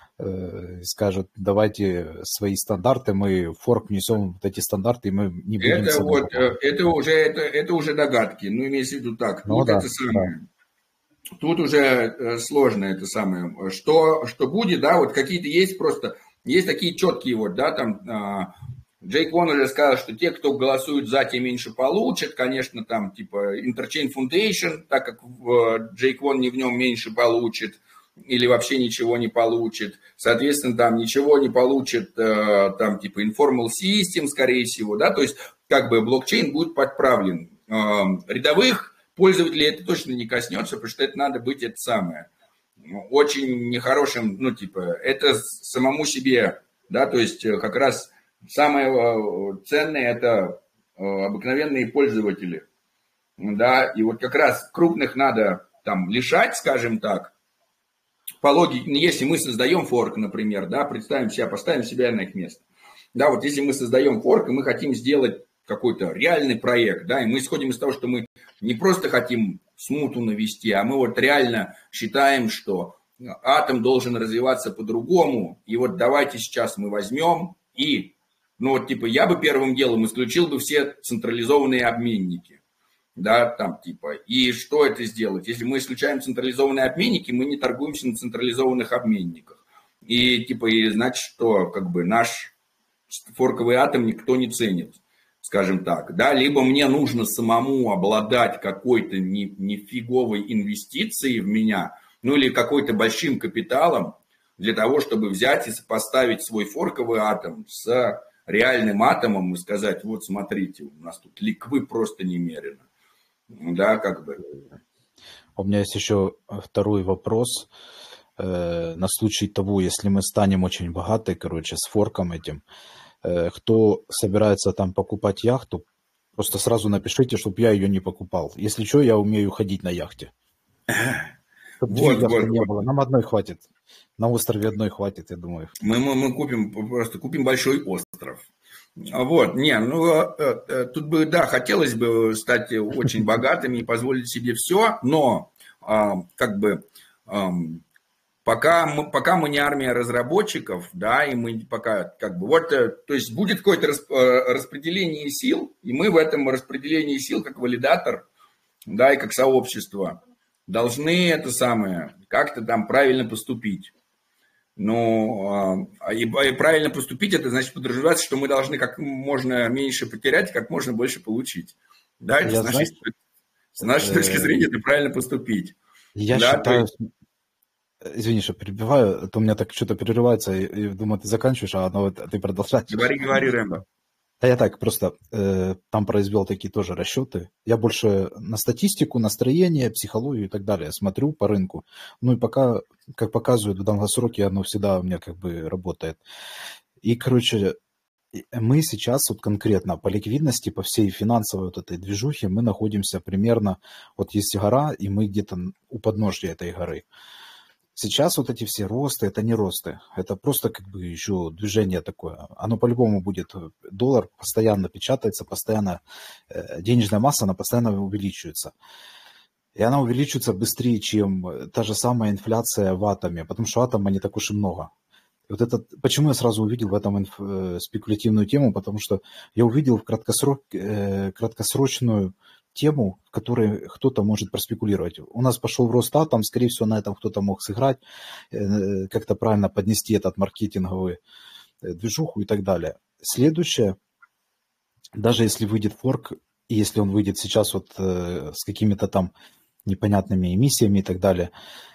скажут, давайте свои стандарты, мы в форк внесем вот эти стандарты, и мы не будем... Это вот, это уже, это, это уже догадки, ну, имеется в виду так, ну, тут да, это самое... Да. Тут уже сложно это самое. Что, что будет, да, вот какие-то есть просто, есть такие четкие вот, да, там, Джейк Вон уже сказал, что те, кто голосуют за, те меньше получат, конечно, там, типа, Interchain Foundation, так как Джейк Вон не в нем меньше получит, или вообще ничего не получит, соответственно, там ничего не получит, там, типа, Informal System, скорее всего, да, то есть, как бы, блокчейн будет подправлен. Рядовых пользователей это точно не коснется, потому что это надо быть это самое очень нехорошим, ну, типа, это самому себе, да, то есть как раз самое ценное это обыкновенные пользователи, да, и вот как раз крупных надо там лишать, скажем так, по логике, если мы создаем форк, например, да, представим себя, поставим себя на их место, да, вот если мы создаем форк, и мы хотим сделать какой-то реальный проект, да, и мы исходим из того, что мы не просто хотим смуту навести, а мы вот реально считаем, что атом должен развиваться по-другому, и вот давайте сейчас мы возьмем и, ну вот типа я бы первым делом исключил бы все централизованные обменники, да, там типа, и что это сделать? Если мы исключаем централизованные обменники, мы не торгуемся на централизованных обменниках, и типа, и значит, что как бы наш форковый атом никто не ценит, скажем так, да, либо мне нужно самому обладать какой-то нифиговой инвестицией в меня, ну или какой-то большим капиталом для того, чтобы взять и сопоставить свой форковый атом с реальным атомом и сказать, вот смотрите, у нас тут ликвы просто немерено, да, как бы. У меня есть еще второй вопрос э, на случай того, если мы станем очень богаты, короче, с форком этим. Кто собирается там покупать яхту, просто сразу напишите, чтобы я ее не покупал. Если что, я умею ходить на яхте. Чтобы вот, яхты вот, не вот. было. Нам одной хватит. На острове одной хватит, я думаю. Мы, мы, мы купим, просто купим большой остров. Вот, не, ну, тут бы, да, хотелось бы стать очень богатыми и позволить себе все, но, как бы, Пока мы, пока мы не армия разработчиков, да, и мы пока как бы вот, то есть будет какое-то распределение сил, и мы в этом распределении сил как валидатор, да, и как сообщество должны это самое как-то там правильно поступить. Ну, и, и правильно поступить, это значит подразумевается, что мы должны как можно меньше потерять, как можно больше получить. Да, это с нашей, с нашей точки зрения это правильно поступить. Я да, считаю... есть... Извини, что перебиваю, а то у меня так что-то перерывается, и, и думаю, ты заканчиваешь, а оно, ты продолжаешь. Говори, говори, Рэмбо. Да я так просто э, там произвел такие тоже расчеты. Я больше на статистику, настроение, психологию и так далее смотрю по рынку. Ну и пока, как показывают в долгосроке, оно всегда у меня как бы работает. И, короче, мы сейчас вот конкретно по ликвидности, по всей финансовой вот этой движухе мы находимся примерно, вот есть гора, и мы где-то у подножья этой горы. Сейчас вот эти все росты, это не росты, это просто как бы еще движение такое. Оно по-любому будет, доллар постоянно печатается, постоянно денежная масса, она постоянно увеличивается. И она увеличивается быстрее, чем та же самая инфляция в атоме, потому что атома не так уж и много. И вот это, почему я сразу увидел в этом инф, спекулятивную тему, потому что я увидел в краткосрок, краткосрочную тему, в которой кто-то может проспекулировать. У нас пошел в рост атом, скорее всего, на этом кто-то мог сыграть, как-то правильно поднести этот маркетинговый движуху и так далее. Следующее, даже если выйдет форк, и если он выйдет сейчас вот с какими-то там непонятными эмиссиями и так далее,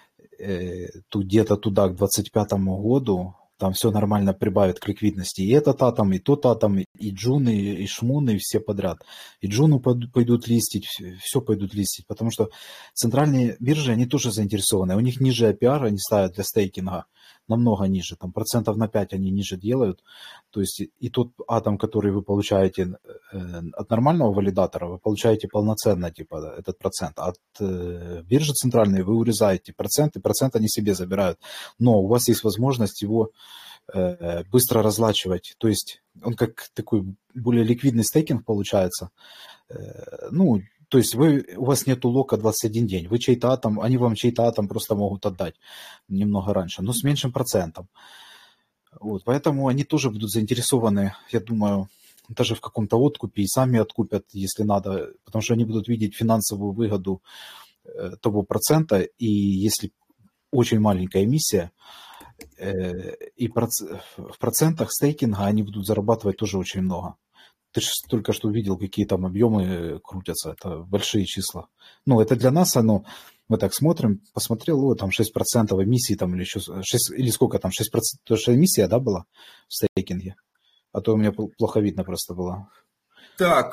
то где-то туда к двадцать пятому году там все нормально прибавит к ликвидности. И этот атом, и тот атом, и джуны, и шмуны, и все подряд. И джуну пойдут листить, все пойдут листить, потому что центральные биржи, они тоже заинтересованы. У них ниже эй пи ар они ставят для стейкинга. намного ниже, там процентов на пять они ниже делают. То есть и тот атом, который вы получаете от нормального валидатора, вы получаете полноценно типа этот процент. От биржи центральной вы урезаете процент, и процент они себе забирают. Но у вас есть возможность его быстро разлачивать. То есть он как такой более ликвидный стейкинг получается. Ну, то есть вы, у вас нету лока двадцать один день. Вы чей-то атом, они вам чей-то атом просто могут отдать немного раньше, но с меньшим процентом. Вот, поэтому они тоже будут заинтересованы, я думаю, даже в каком-то откупе, и сами откупят, если надо, потому что они будут видеть финансовую выгоду того процента, и если очень маленькая эмиссия, и в процентах стейкинга они будут зарабатывать тоже очень много. Ты же только что видел, какие там объемы крутятся. Это большие числа. Ну, это для нас оно... Мы так смотрим, посмотрел, о, там шесть процентов эмиссии, там, или еще шесть, или сколько там, шесть процентов, то что эмиссия, да, была в стейкинге? А то у меня плохо видно просто было. Так,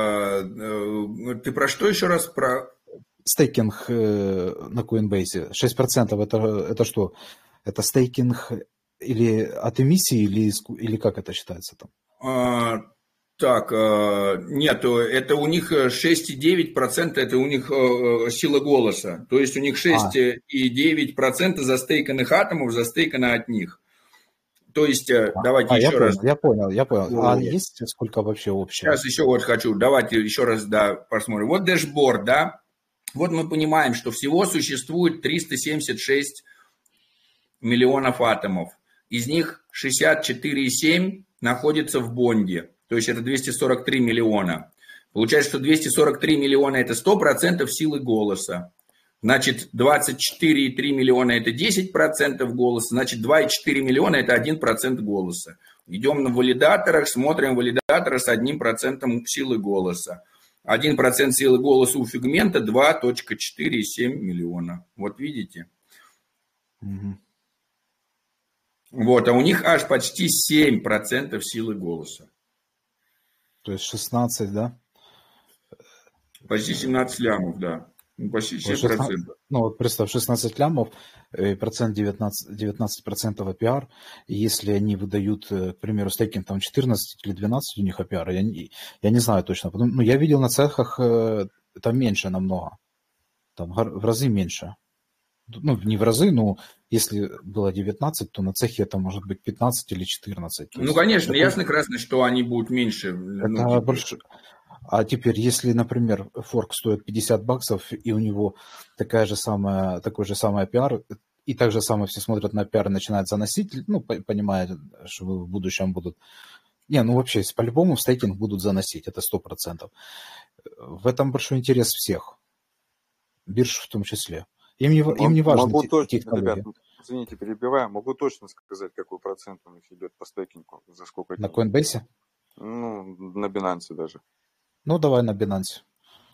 ты про что еще раз? Про... Стейкинг на Coinbase. шесть процентов это, это что? Это стейкинг или от эмиссии, или, или как это считается там? А... Так, нет, это у них шесть целых девять десятых процента, это у них сила голоса. То есть у них шесть целых девять десятых процента застейканных атомов застейкано от них. То есть, а, давайте а, еще я раз. Понял, я понял, я понял. Вот. А есть сколько вообще общего? Сейчас еще вот хочу, давайте еще раз, да, посмотрим. Вот дэшборд, да. Вот мы понимаем, что всего существует триста семьдесят шесть миллионов атомов. Из них шестьдесят четыре целых семь десятых находится в бонде. То есть это двести сорок три миллиона. Получается, что двести сорок три миллиона это сто процентов силы голоса. Значит, двадцать четыре целых три миллиона это десять процентов голоса. Значит, два целых четыре миллиона это один процент голоса. Идем на валидаторах, смотрим валидатора с одним процентом силы голоса. один процент силы голоса у фигмента два целых четыре десятых миллиона. Вот видите? Угу. Вот, а у них аж почти семь процентов силы голоса. То есть шестнадцать, да? Почти семнадцать лямов, да. Ну, почти семь процентов. шестнадцать, ну, вот представь, шестнадцать лямов, процент девятнадцать, девятнадцать процентов эй пи ар, и если они выдают, к примеру, стейкинг там четырнадцать или двенадцать у них эй пи ар, я не, я не знаю точно. Ну, я видел на цехах там меньше намного. Там в разы меньше. Ну, не в разы, но если было девятнадцать, то на цехе это может быть пятнадцать или четырнадцать. Ну, есть, конечно, такой... ясно красно, что они будут меньше. Это ну, типа... больше... А теперь, если, например, форк стоит пятьдесят баксов, и у него такая же самая, такой же самый эй пи ар, и так же самое все смотрят на эй пи ар и начинают заносить, ну, понимая, что в будущем будут... Не, ну вообще, по-любому в стейкинг будут заносить, это сто процентов. В этом большой интерес всех, бирж в том числе. Им не, им не важно могу точно, технология. Ребят, извините, перебиваю, могу точно сказать, какой процент у них идет по стейкингу, за сколько На дней. Coinbase? Ну, на Binance даже. Ну, давай на Binance.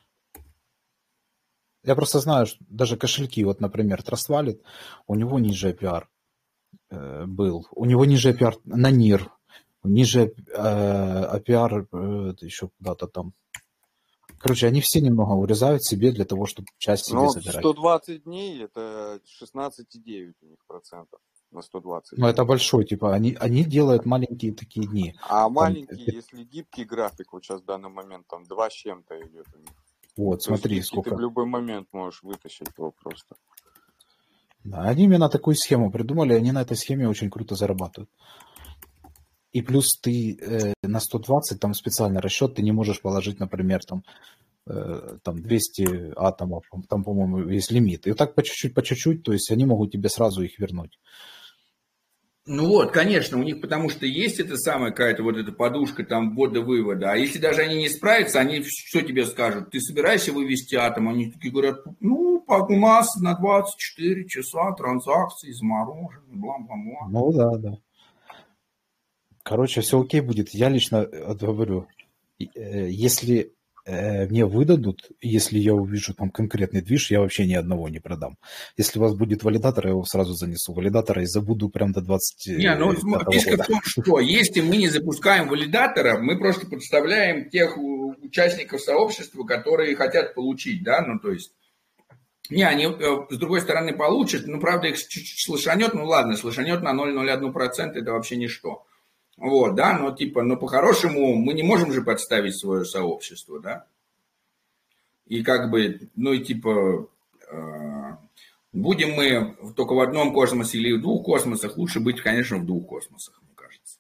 Я просто знаю, что даже кошельки, вот, например, Trust Wallet, у него ниже эй пи ар э, был. У него ниже эй пи ар на нир, ниже э, эй пи ар э, еще куда-то там. Короче, они все немного урезают себе для того, чтобы часть себе ну, забирать. сто двадцать дней это шестнадцать целых девять десятых у них процентов на сто двадцать. Ну, это большой, типа, они, они делают маленькие такие дни. А там, маленький, если гибкий график, вот сейчас в данный момент там два с чем-то идет у них. Вот, То смотри, есть, сколько. Ты в любой момент можешь вытащить его просто. Да, они именно такую схему придумали, они на этой схеме очень круто зарабатывают. И плюс ты э, на сто двадцать, там специальный расчет, ты не можешь положить, например, там, э, там двести атомов, там, по-моему, есть лимит. И так по чуть-чуть, по чуть-чуть, то есть они могут тебе сразу их вернуть. Ну вот, конечно, у них потому что есть эта самая какая-то вот эта подушка там ввода-вывода. А если даже они не справятся, они что тебе скажут? Ты собираешься вывести атом? Они такие говорят, ну, у нас на двадцать четыре часа транзакции заморожены, бла-бла-бла. Ну да, да. Короче, все окей будет. Я лично говорю, если мне выдадут, если я увижу там конкретный движ, я вообще ни одного не продам. Если у вас будет валидатор, я его сразу занесу. Валидатора и забуду прям до двадцать. Не, ну фишка в том, что если мы не запускаем валидатора, мы просто подставляем тех участников сообщества, которые хотят получить, да, ну то есть Не, они с другой стороны получат, ну, правда, их чуть-чуть слышанет, ну, ладно, слышанет на ноль целых ноль один процент, это вообще ничто. Вот, да, но типа, но по-хорошему мы не можем же подставить свое сообщество, да. И как бы, ну, и типа, э, будем мы только в одном космосе или в двух космосах, лучше быть, конечно, в двух космосах, мне кажется.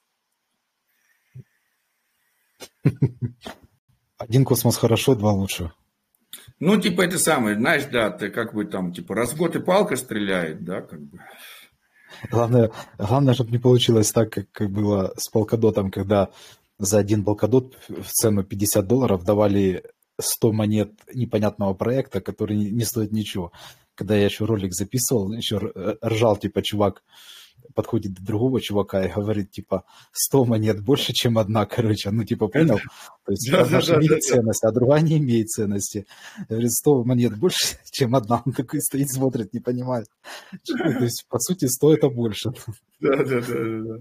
Один космос хорошо, два лучше. Ну, типа, это самое, знаешь, да, ты как бы там, типа, раз в год и палка стреляет, да, как бы. Главное, главное, чтобы не получилось так, как, как было с полкадотом, когда за один полкадот в цену пятьдесят долларов давали сто монет непонятного проекта, который не, не стоит ничего. Когда я еще ролик записывал, еще ржал, типа, чувак подходит до другого чувака и говорит, типа, сто монет больше, чем одна, короче. Ну, типа, понял? То есть одна же имеет ценность, а другая не имеет ценности. Говорит, сто монет больше, чем одна. Он такой стоит, смотрит, не понимает. То есть, по сути, сто это больше. Да, да, да, да.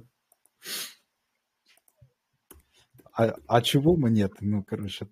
А, а чего монет? Ну, короче.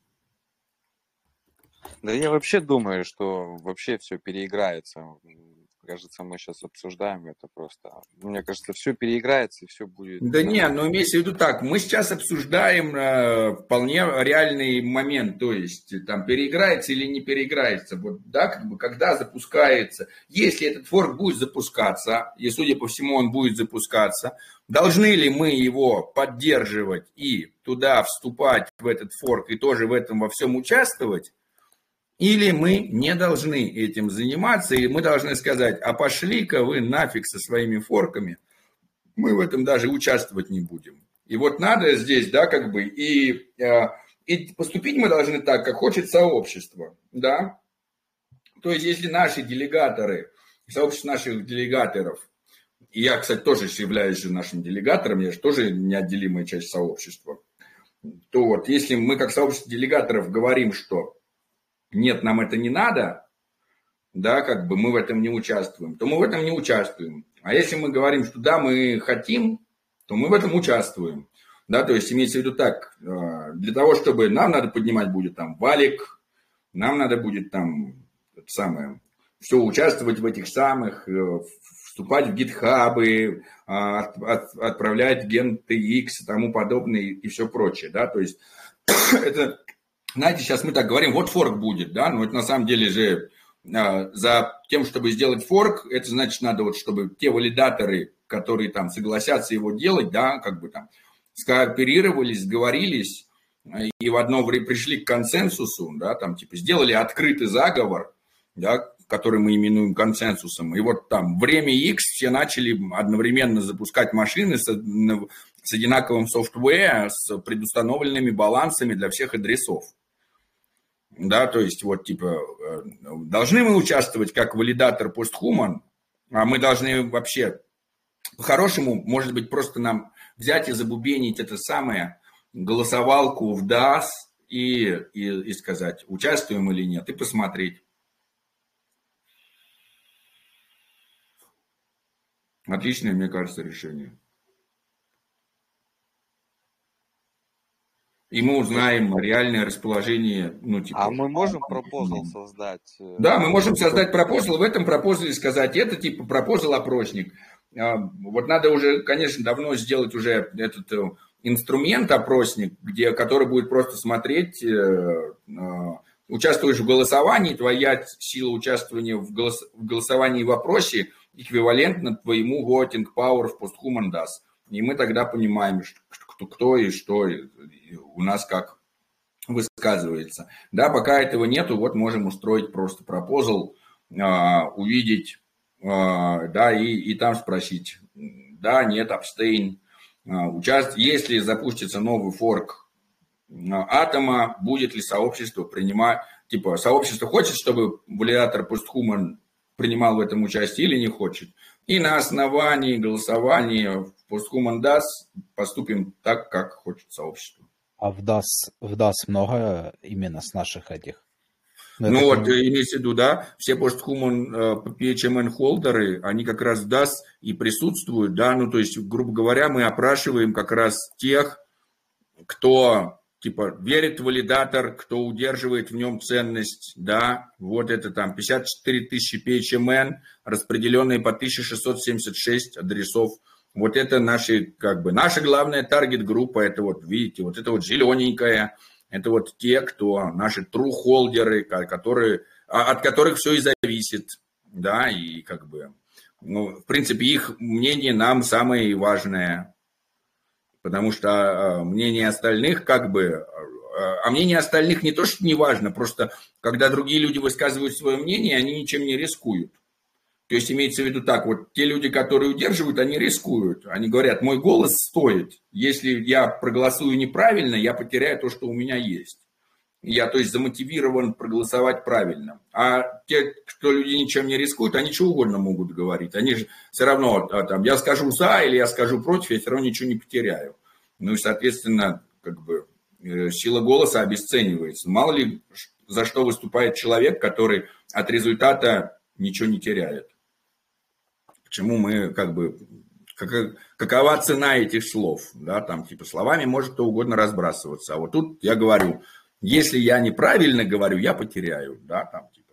Да я вообще думаю, что вообще все переиграется. Кажется, мы сейчас обсуждаем это просто. Мне кажется, все переиграется и все будет... Да не, но имейся в виду так, мы сейчас обсуждаем э, вполне реальный момент, то есть там переиграется или не переиграется, вот, да, как бы когда запускается, если этот форк будет запускаться, и судя по всему он будет запускаться, должны ли мы его поддерживать и туда вступать в этот форк и тоже в этом во всем участвовать? Или мы не должны этим заниматься, и мы должны сказать, а пошли-ка вы нафиг со своими форками, мы в этом даже участвовать не будем. И вот надо здесь, да, как бы, и, и поступить мы должны так, как хочет сообщество, да. То есть, если наши делегаторы, сообщество наших делегаторов, и я, кстати, тоже являюсь же нашим делегатором, я же тоже неотделимая часть сообщества, то вот, если мы как сообщество делегаторов говорим, что нет, нам это не надо, да, как бы мы в этом не участвуем, то мы в этом не участвуем. А если мы говорим, что да, мы хотим, то мы в этом участвуем. Да, то есть имеется в виду так, для того, чтобы нам надо поднимать будет там валик, нам надо будет там это самое, все участвовать в этих самых, вступать в гитхабы, от, от, отправлять ген ти икс и тому подобное и все прочее, да, то есть это... Знаете, сейчас мы так говорим, вот форк будет, да, но это на самом деле же э, за тем, чтобы сделать форк, это значит, надо вот, чтобы те валидаторы, которые там согласятся его делать, да, как бы там скооперировались, сговорились э, и в одно время пришли к консенсусу, да, там типа сделали открытый заговор, да, который мы именуем консенсусом, и вот там время X все начали одновременно запускать машины с, с одинаковым софтвеем, с предустановленными балансами для всех адресов. Да, то есть вот типа должны мы участвовать как валидатор постхуман, а мы должны вообще по-хорошему, может быть, просто нам взять и забубенить это самое голосовалку в дас и, и, и сказать, участвуем или нет, и посмотреть. Отличное, мне кажется, решение. И мы узнаем реальное расположение, ну, типа... А мы можем пропозал создать? Да, мы можем создать пропозал, в этом пропозале сказать, это типа пропозал-опросник. Вот надо уже, конечно, давно сделать уже этот инструмент-опросник, где, который будет просто смотреть, участвуешь в голосовании, твоя сила участвования в, голос, в голосовании в опросе эквивалентна твоему voting power в posthuman дас. И мы тогда понимаем, кто, кто и что у нас как высказывается. Да, пока этого нету, вот можем устроить просто пропозал, увидеть, да, и, и там спросить, да, нет, абстейн. Участ... Если запустится новый форк атома, будет ли сообщество принимать, типа, сообщество хочет, чтобы валидатор постхуман принимал в этом участие или не хочет. И на основании голосования в постхуман дас поступим так, как хочет сообщество. А в дас, в дас много именно с наших этих? Ну, ну вот, понимаю. Имейте в виду, да, все постхуман пи эйч эм эн холдеры, они как раз в дас и присутствуют, да, ну, то есть, грубо говоря, мы опрашиваем как раз тех, кто типа, верит валидатор, кто удерживает в нем ценность, да, вот это там пятьдесят четыре тысячи пи эйч эм эн, распределенные по тысяча шестьсот семьдесят шесть адресов. Вот это наши, как бы, наша главная таргет-группа, это вот, видите, вот это вот зелененькая, это вот те, кто, наши true-холдеры, которые, от которых все и зависит, да, и как бы, ну, в принципе, их мнение нам самое важное, потому что мнение остальных, как бы, а мнение остальных не то, что не важно, просто когда другие люди высказывают свое мнение, они ничем не рискуют. То есть имеется в виду так, вот те люди, которые удерживают, они рискуют. Они говорят, мой голос стоит. Если я проголосую неправильно, я потеряю то, что у меня есть. Я, то есть, замотивирован проголосовать правильно. А те, кто люди ничем не рискуют, они чего угодно могут говорить. Они же все равно, там, я скажу за или я скажу против, я все равно ничего не потеряю. Ну и, соответственно, как бы сила голоса обесценивается. Мало ли, за что выступает человек, который от результата ничего не теряет. Почему мы, как бы, как, какова цена этих слов, да, там, типа, словами может кто угодно разбрасываться, а вот тут я говорю, если я неправильно говорю, я потеряю, да, там, типа.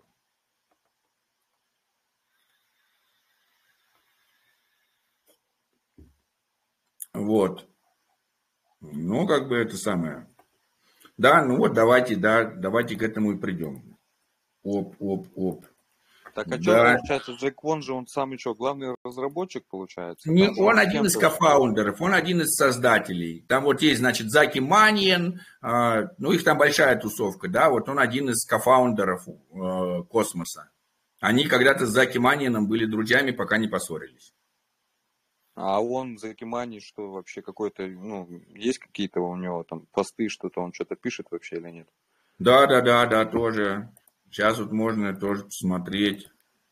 Вот, ну, как бы это самое, да, ну вот давайте, да, давайте к этому и придем, оп, оп, оп. Так, а да. что получается, Джей Квон же он самый что, главный разработчик получается? Не, Там он же один из кем-то- кофаундеров, он один из создателей. Там вот есть, значит, Заки Маньян, э, ну их там большая тусовка, да, вот он один из кофаундеров э, Космоса. Они когда-то с Заки Маньяном были друзьями, пока не поссорились. А он за Кимани, что вообще какой-то, ну, есть какие-то у него там посты, что-то он что-то пишет вообще или нет? Да, да, да, да, тоже. Сейчас вот можно тоже посмотреть.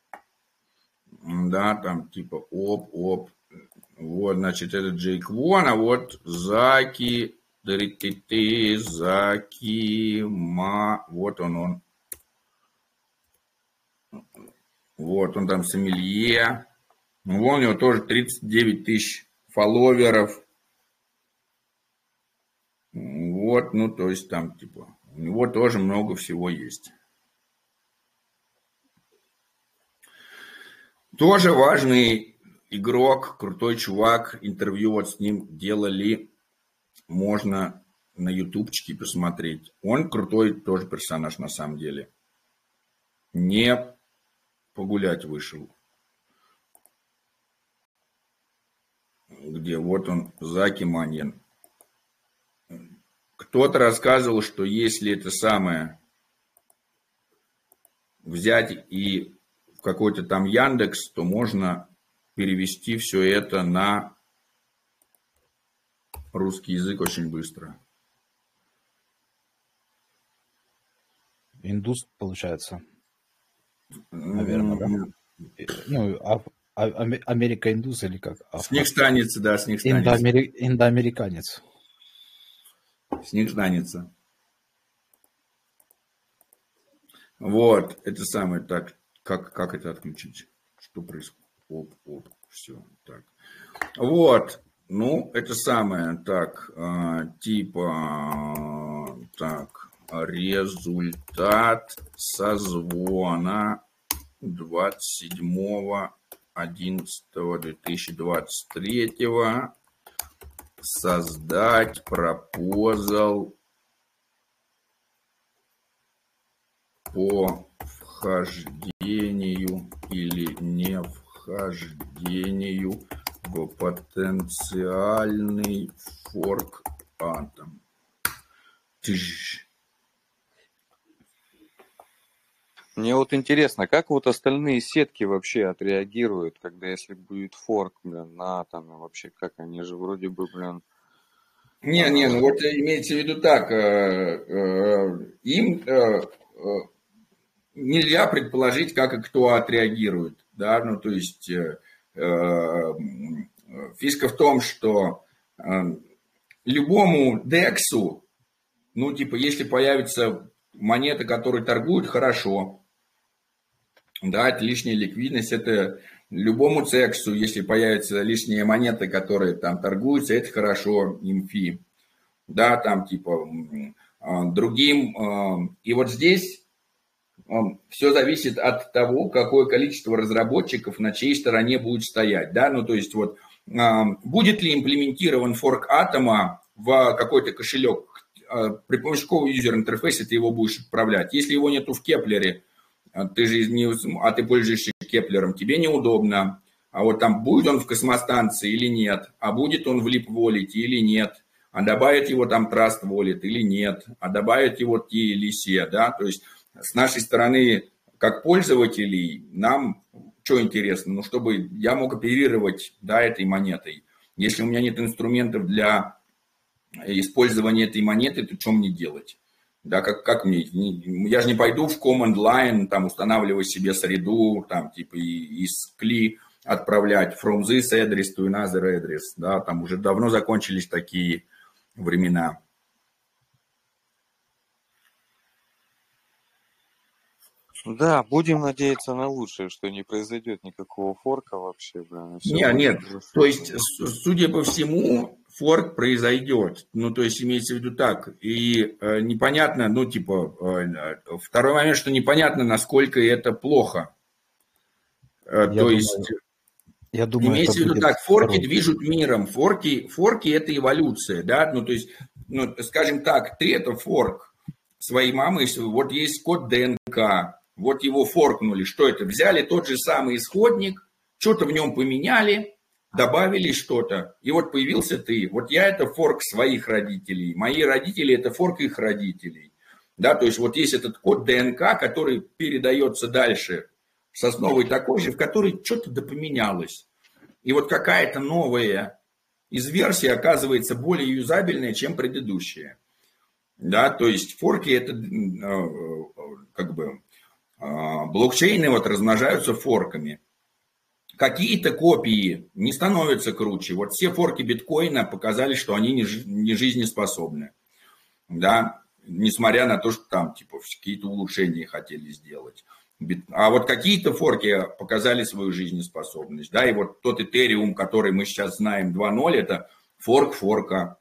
Да, там типа оп-оп. Вот, значит, это Джей Квон, а вот Заки, Дритити, Заки, Ма, вот он, он. Вот он там сомелье. Вон у него тоже тридцать девять тысяч фолловеров. Вот, ну, то есть там, типа, у него тоже много всего есть. Тоже важный игрок, крутой чувак. Интервью вот с ним делали. Можно на ютубчике посмотреть. Он крутой тоже персонаж на самом деле. Не погулять вышел. Где вот он, Заки Маньян. Кто-то рассказывал, что если это самое взять и в какой-то там Яндекс, то можно перевести все это на русский язык очень быстро. Индус, получается. Наверное, да? Ну, а, а, Америка индус или как? С них станется, да, с них станется. Индоамери... Индоамериканец. С них станется. Вот, это самое, так, как, как это отключить? Что происходит? Оп, оп, все, так. Вот, ну, это самое, так, типа, так, результат созвона двадцать седьмого одиннадцатого две тысячи двадцать третьего. Создать пропозал по вхождению или не вхождению в потенциальный форк атом. Тыщ. Мне вот интересно, как вот остальные сетки вообще отреагируют, когда если будет форк, блин, на атоме вообще, как они же вроде бы, блин... Не, не, ну вот имеется в виду так, им нельзя предположить, как и кто отреагирует, да, ну то есть фишка в том, что любому дексу, ну типа если появится монета, которую торгуют, хорошо. Да, это лишняя ликвидность, это любому цексу, если появится лишняя монета, которая там торгуется, это хорошо, имфи. да, там типа другим. И вот здесь все зависит от того, какое количество разработчиков на чьей стороне будет стоять, да, ну то есть вот будет ли имплементирован форк атома в какой-то кошелек, при помощи какого юзер-интерфейса ты его будешь отправлять. Если его нету в Кеплере, ты же не, а ты пользуешься Кеплером, тебе неудобно. А вот там будет он в космостанции или нет, а будет он в Leap Wallet или нет, а добавит его там Trust Wallet или нет, а добавит его T или C, да, то есть с нашей стороны, как пользователей, нам что интересно, ну, чтобы я мог оперировать, да, этой монетой. Если у меня нет инструментов для использования этой монеты, то что мне делать? Да, как, как мне? Я же не пойду в command line, там, устанавливать себе среду, там, типа, из кли отправлять from this address to another address, да, там уже давно закончились такие времена. Да, будем надеяться на лучшее, что не произойдет никакого форка вообще. Бля, нет, нет, то есть, судя по всему, форк произойдет. Ну, то есть, имеется в виду так. И э, непонятно, ну, типа, э, второй момент, что непонятно, насколько это плохо. Э, то думаю, есть, я думаю, имеется в виду так, форки второй. движут миром. Форки, форки – это эволюция, да, ну, то есть, ну, скажем так, ты – это форк своей мамы, вот есть код ДНК, вот его форкнули, что это? Взяли тот же самый исходник, что-то в нем поменяли, добавили что-то, и вот появился ты. Вот я это форк своих родителей, мои родители это форк их родителей. Да, то есть вот есть этот код ДНК, который передается дальше с основой такой же, в которой что-то допоменялось. И вот какая-то новая из версий оказывается более юзабельная, чем предыдущая. Да, то есть форки это как бы блокчейны вот размножаются форками. Какие-то копии не становятся круче. Вот все форки биткоина показали, что они не жизнеспособны. Да, несмотря на то, что там типа какие-то улучшения хотели сделать. А вот какие-то форки показали свою жизнеспособность. Да, и вот тот Ethereum, который мы сейчас знаем два ноль, это форк форка.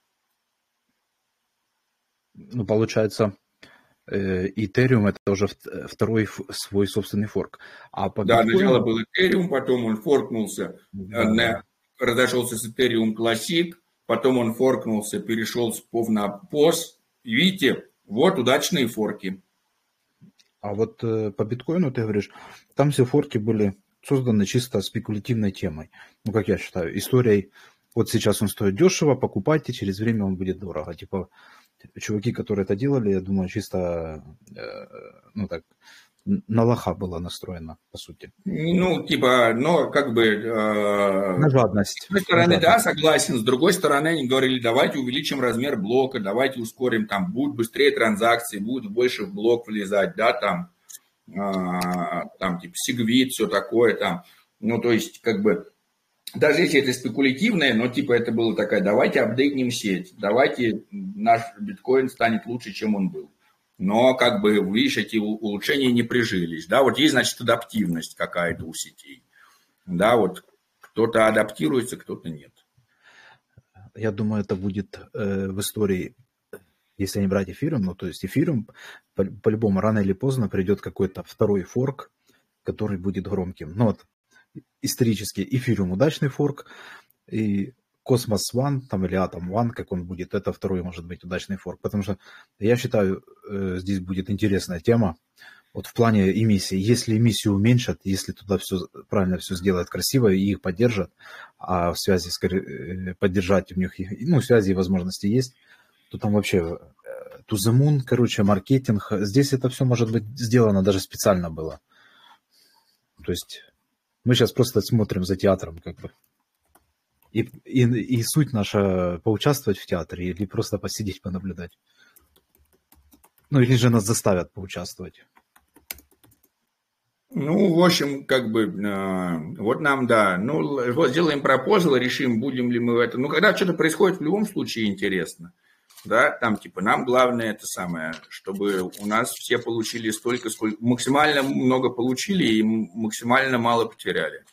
Ну, получается, Ethereum это уже второй свой собственный форк. А по да, биткоину... сначала был Ethereum, потом он форкнулся, да. разошелся с Ethereum Classic, потом он форкнулся, перешел с пов на пос. И видите, вот удачные форки. А вот по биткоину ты говоришь, там все форки были созданы чисто спекулятивной темой. Ну, как я считаю, историей, вот сейчас он стоит дешево, покупайте, через время он будет дорого. Типа, чуваки, которые это делали, я думаю, чисто, э, ну так, на лоха было настроено, по сути. Ну, типа, но как бы... Э, на жадность. С одной стороны, да, согласен. С другой стороны, они говорили, давайте увеличим размер блока, давайте ускорим, там, будут быстрее транзакции, будет больше в блок влезать, да, там, э, там, типа, Segwit, все такое, там. Ну, то есть, как бы... Даже если это спекулятивное, но типа это было такая, давайте апдейтнем сеть, давайте наш биткоин станет лучше, чем он был. Но как бы, видишь, эти улучшения не прижились. Да, вот есть, значит, адаптивность какая-то у сетей. Да, вот кто-то адаптируется, кто-то нет. Я думаю, это будет э, в истории, если не брать эфириум, ну то есть эфириум по- по-любому рано или поздно придет какой-то второй форк, который будет громким. Ну вот, исторически эфириум удачный форк, и Космос One, там, или Атом One, как он будет, это второй, может быть, удачный форк. Потому что, я считаю, здесь будет интересная тема. Вот в плане эмиссии. Если эмиссию уменьшат, если туда все правильно все сделают красиво и их поддержат, а в связи с поддержать у них, ну, связи и возможности есть, то там вообще to the moon, короче, маркетинг. Здесь это все может быть сделано даже специально было. То есть мы сейчас просто смотрим за театром, как бы. И, и, и суть наша поучаствовать в театре или просто посидеть, понаблюдать. Ну, или же нас заставят поучаствовать. Ну, в общем, как бы, э, вот нам, да, ну, вот сделаем пропозал, решим, будем ли мы в это. Ну, когда что-то происходит, в любом случае интересно. Да, там, типа, нам главное это самое, чтобы у нас все получили столько, сколько, максимально много получили и максимально мало потеряли.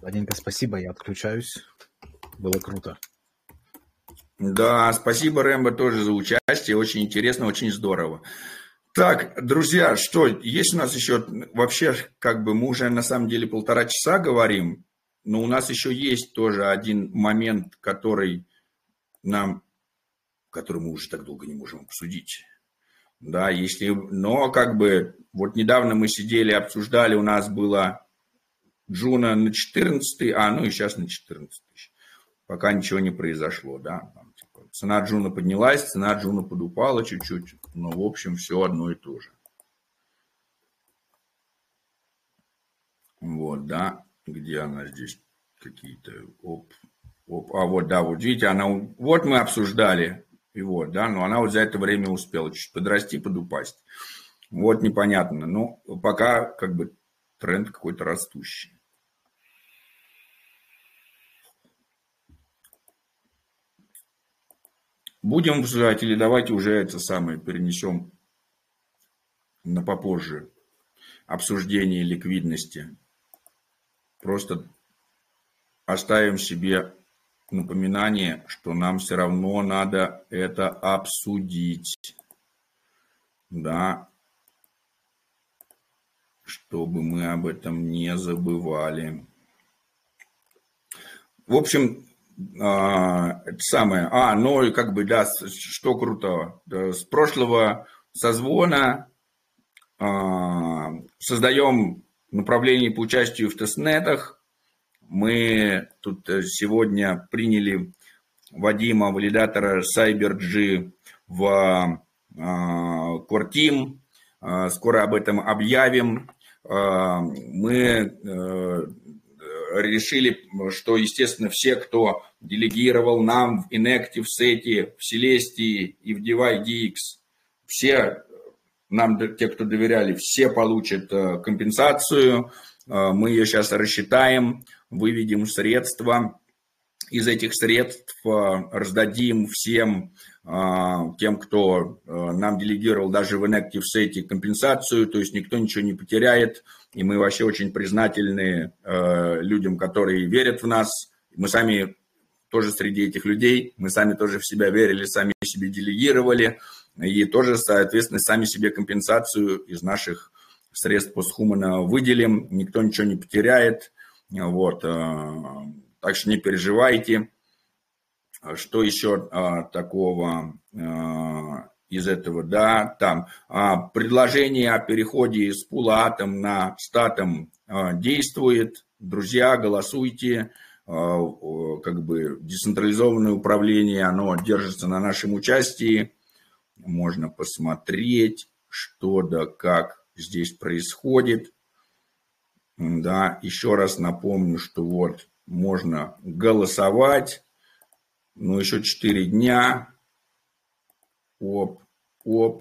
Ладненько, спасибо, я отключаюсь. Было круто. Да, спасибо, Рэмбо, тоже за участие. Очень интересно, очень здорово. Так, друзья, что, есть у нас еще, вообще, как бы, мы уже на самом деле полтора часа говорим, но у нас еще есть тоже один момент, который нам, который мы уже так долго не можем обсудить. Да, если, но как бы, вот недавно мы сидели, обсуждали, у нас было Джуна на четырнадцатый, а, ну и сейчас на четырнадцатый. Пока ничего не произошло, да. Там, типа, цена Джуна поднялась, цена Джуна подупала чуть-чуть, но в общем все одно и то же. Вот, да, где она здесь какие-то, оп, оп, а вот, да, вот видите, она, вот мы обсуждали, и вот, да, но она вот за это время успела чуть подрасти, подупасть. Вот непонятно, но пока как бы тренд какой-то растущий. Будем обсуждать или давайте уже это самое перенесем на попозже обсуждение ликвидности. Просто оставим себе напоминание, что нам все равно надо это обсудить. Да, чтобы мы об этом не забывали. В общем, это самое, а, ну и как бы, да, что крутого, да, с прошлого созвона а, создаем направление по участию в тестнетах. Мы тут сегодня приняли Вадима, валидатора CyberG, в а, Core Team. А, скоро об этом объявим. А, мы а, решили, что, естественно, все, кто делегировал нам в Inactive, в Сети, в Celestii и в DivIDX, все, нам, те, кто доверяли, все получат компенсацию. Мы ее сейчас рассчитаем, выведем средства. Из этих средств раздадим всем тем, кто нам делегировал даже в Inactive Сети компенсацию, то есть никто ничего не потеряет. И мы вообще очень признательны людям, которые верят в нас. Мы сами тоже среди этих людей, мы сами тоже в себя верили, сами себе делегировали. И тоже, соответственно, сами себе компенсацию из наших средств постхумана выделим. Никто ничего не потеряет. Вот. Так что не переживайте. Что еще а, такого а, из этого? Да, там а, предложение о переходе с пула атом на статом а, действует. Друзья, голосуйте. А, как бы децентрализованное управление, оно держится на нашем участии. Можно посмотреть, что да как здесь происходит. Да, еще раз напомню, что вот можно голосовать. Ну, еще четыре дня. Оп, оп.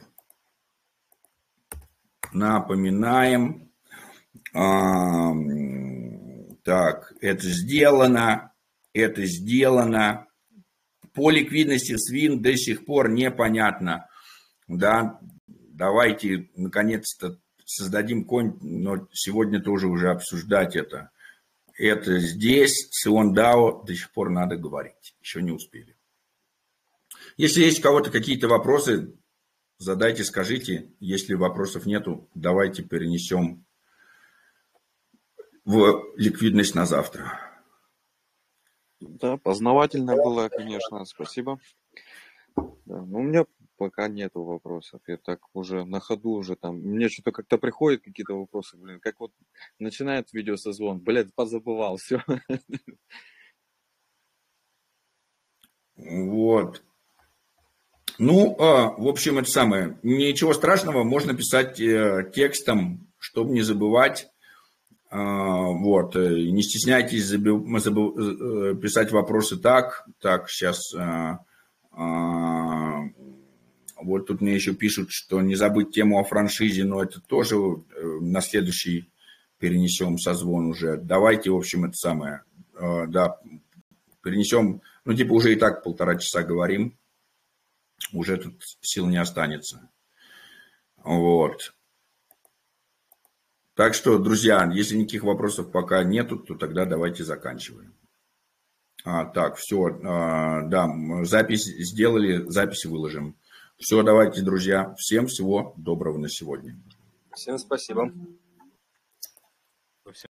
Напоминаем. А, так, это сделано. Это сделано. По ликвидности свин до сих пор непонятно. Да, давайте, наконец-то, создадим конь, но сегодня тоже уже обсуждать это. Это здесь, Сион-дао, до сих пор надо говорить. Еще не успели. Если есть у кого-то какие-то вопросы, задайте, скажите. Если вопросов нету, давайте перенесем в ликвидность на завтра. Да, познавательно было, конечно, спасибо. Да, но у меня пока нету вопросов. Я так уже на ходу уже там. Мне что-то как-то приходят какие-то вопросы, блин. Как вот начинает видеосозвон, блядь, позабывал, все. Вот. Ну, в общем, это самое. Ничего страшного, можно писать текстом, чтобы не забывать. Вот. Не стесняйтесь писать вопросы так. Так, сейчас... Вот тут мне еще пишут, что не забыть тему о франшизе, но это тоже на следующий перенесем созвон уже. Давайте, в общем, это самое, да, перенесем, ну, типа уже и так полтора часа говорим, уже тут сил не останется. Вот. Так что, друзья, если никаких вопросов пока нету, то тогда давайте заканчиваем. А, так, все, а, да, запись сделали, запись выложим. Все, давайте, друзья, всем всего доброго на сегодня. Всем спасибо.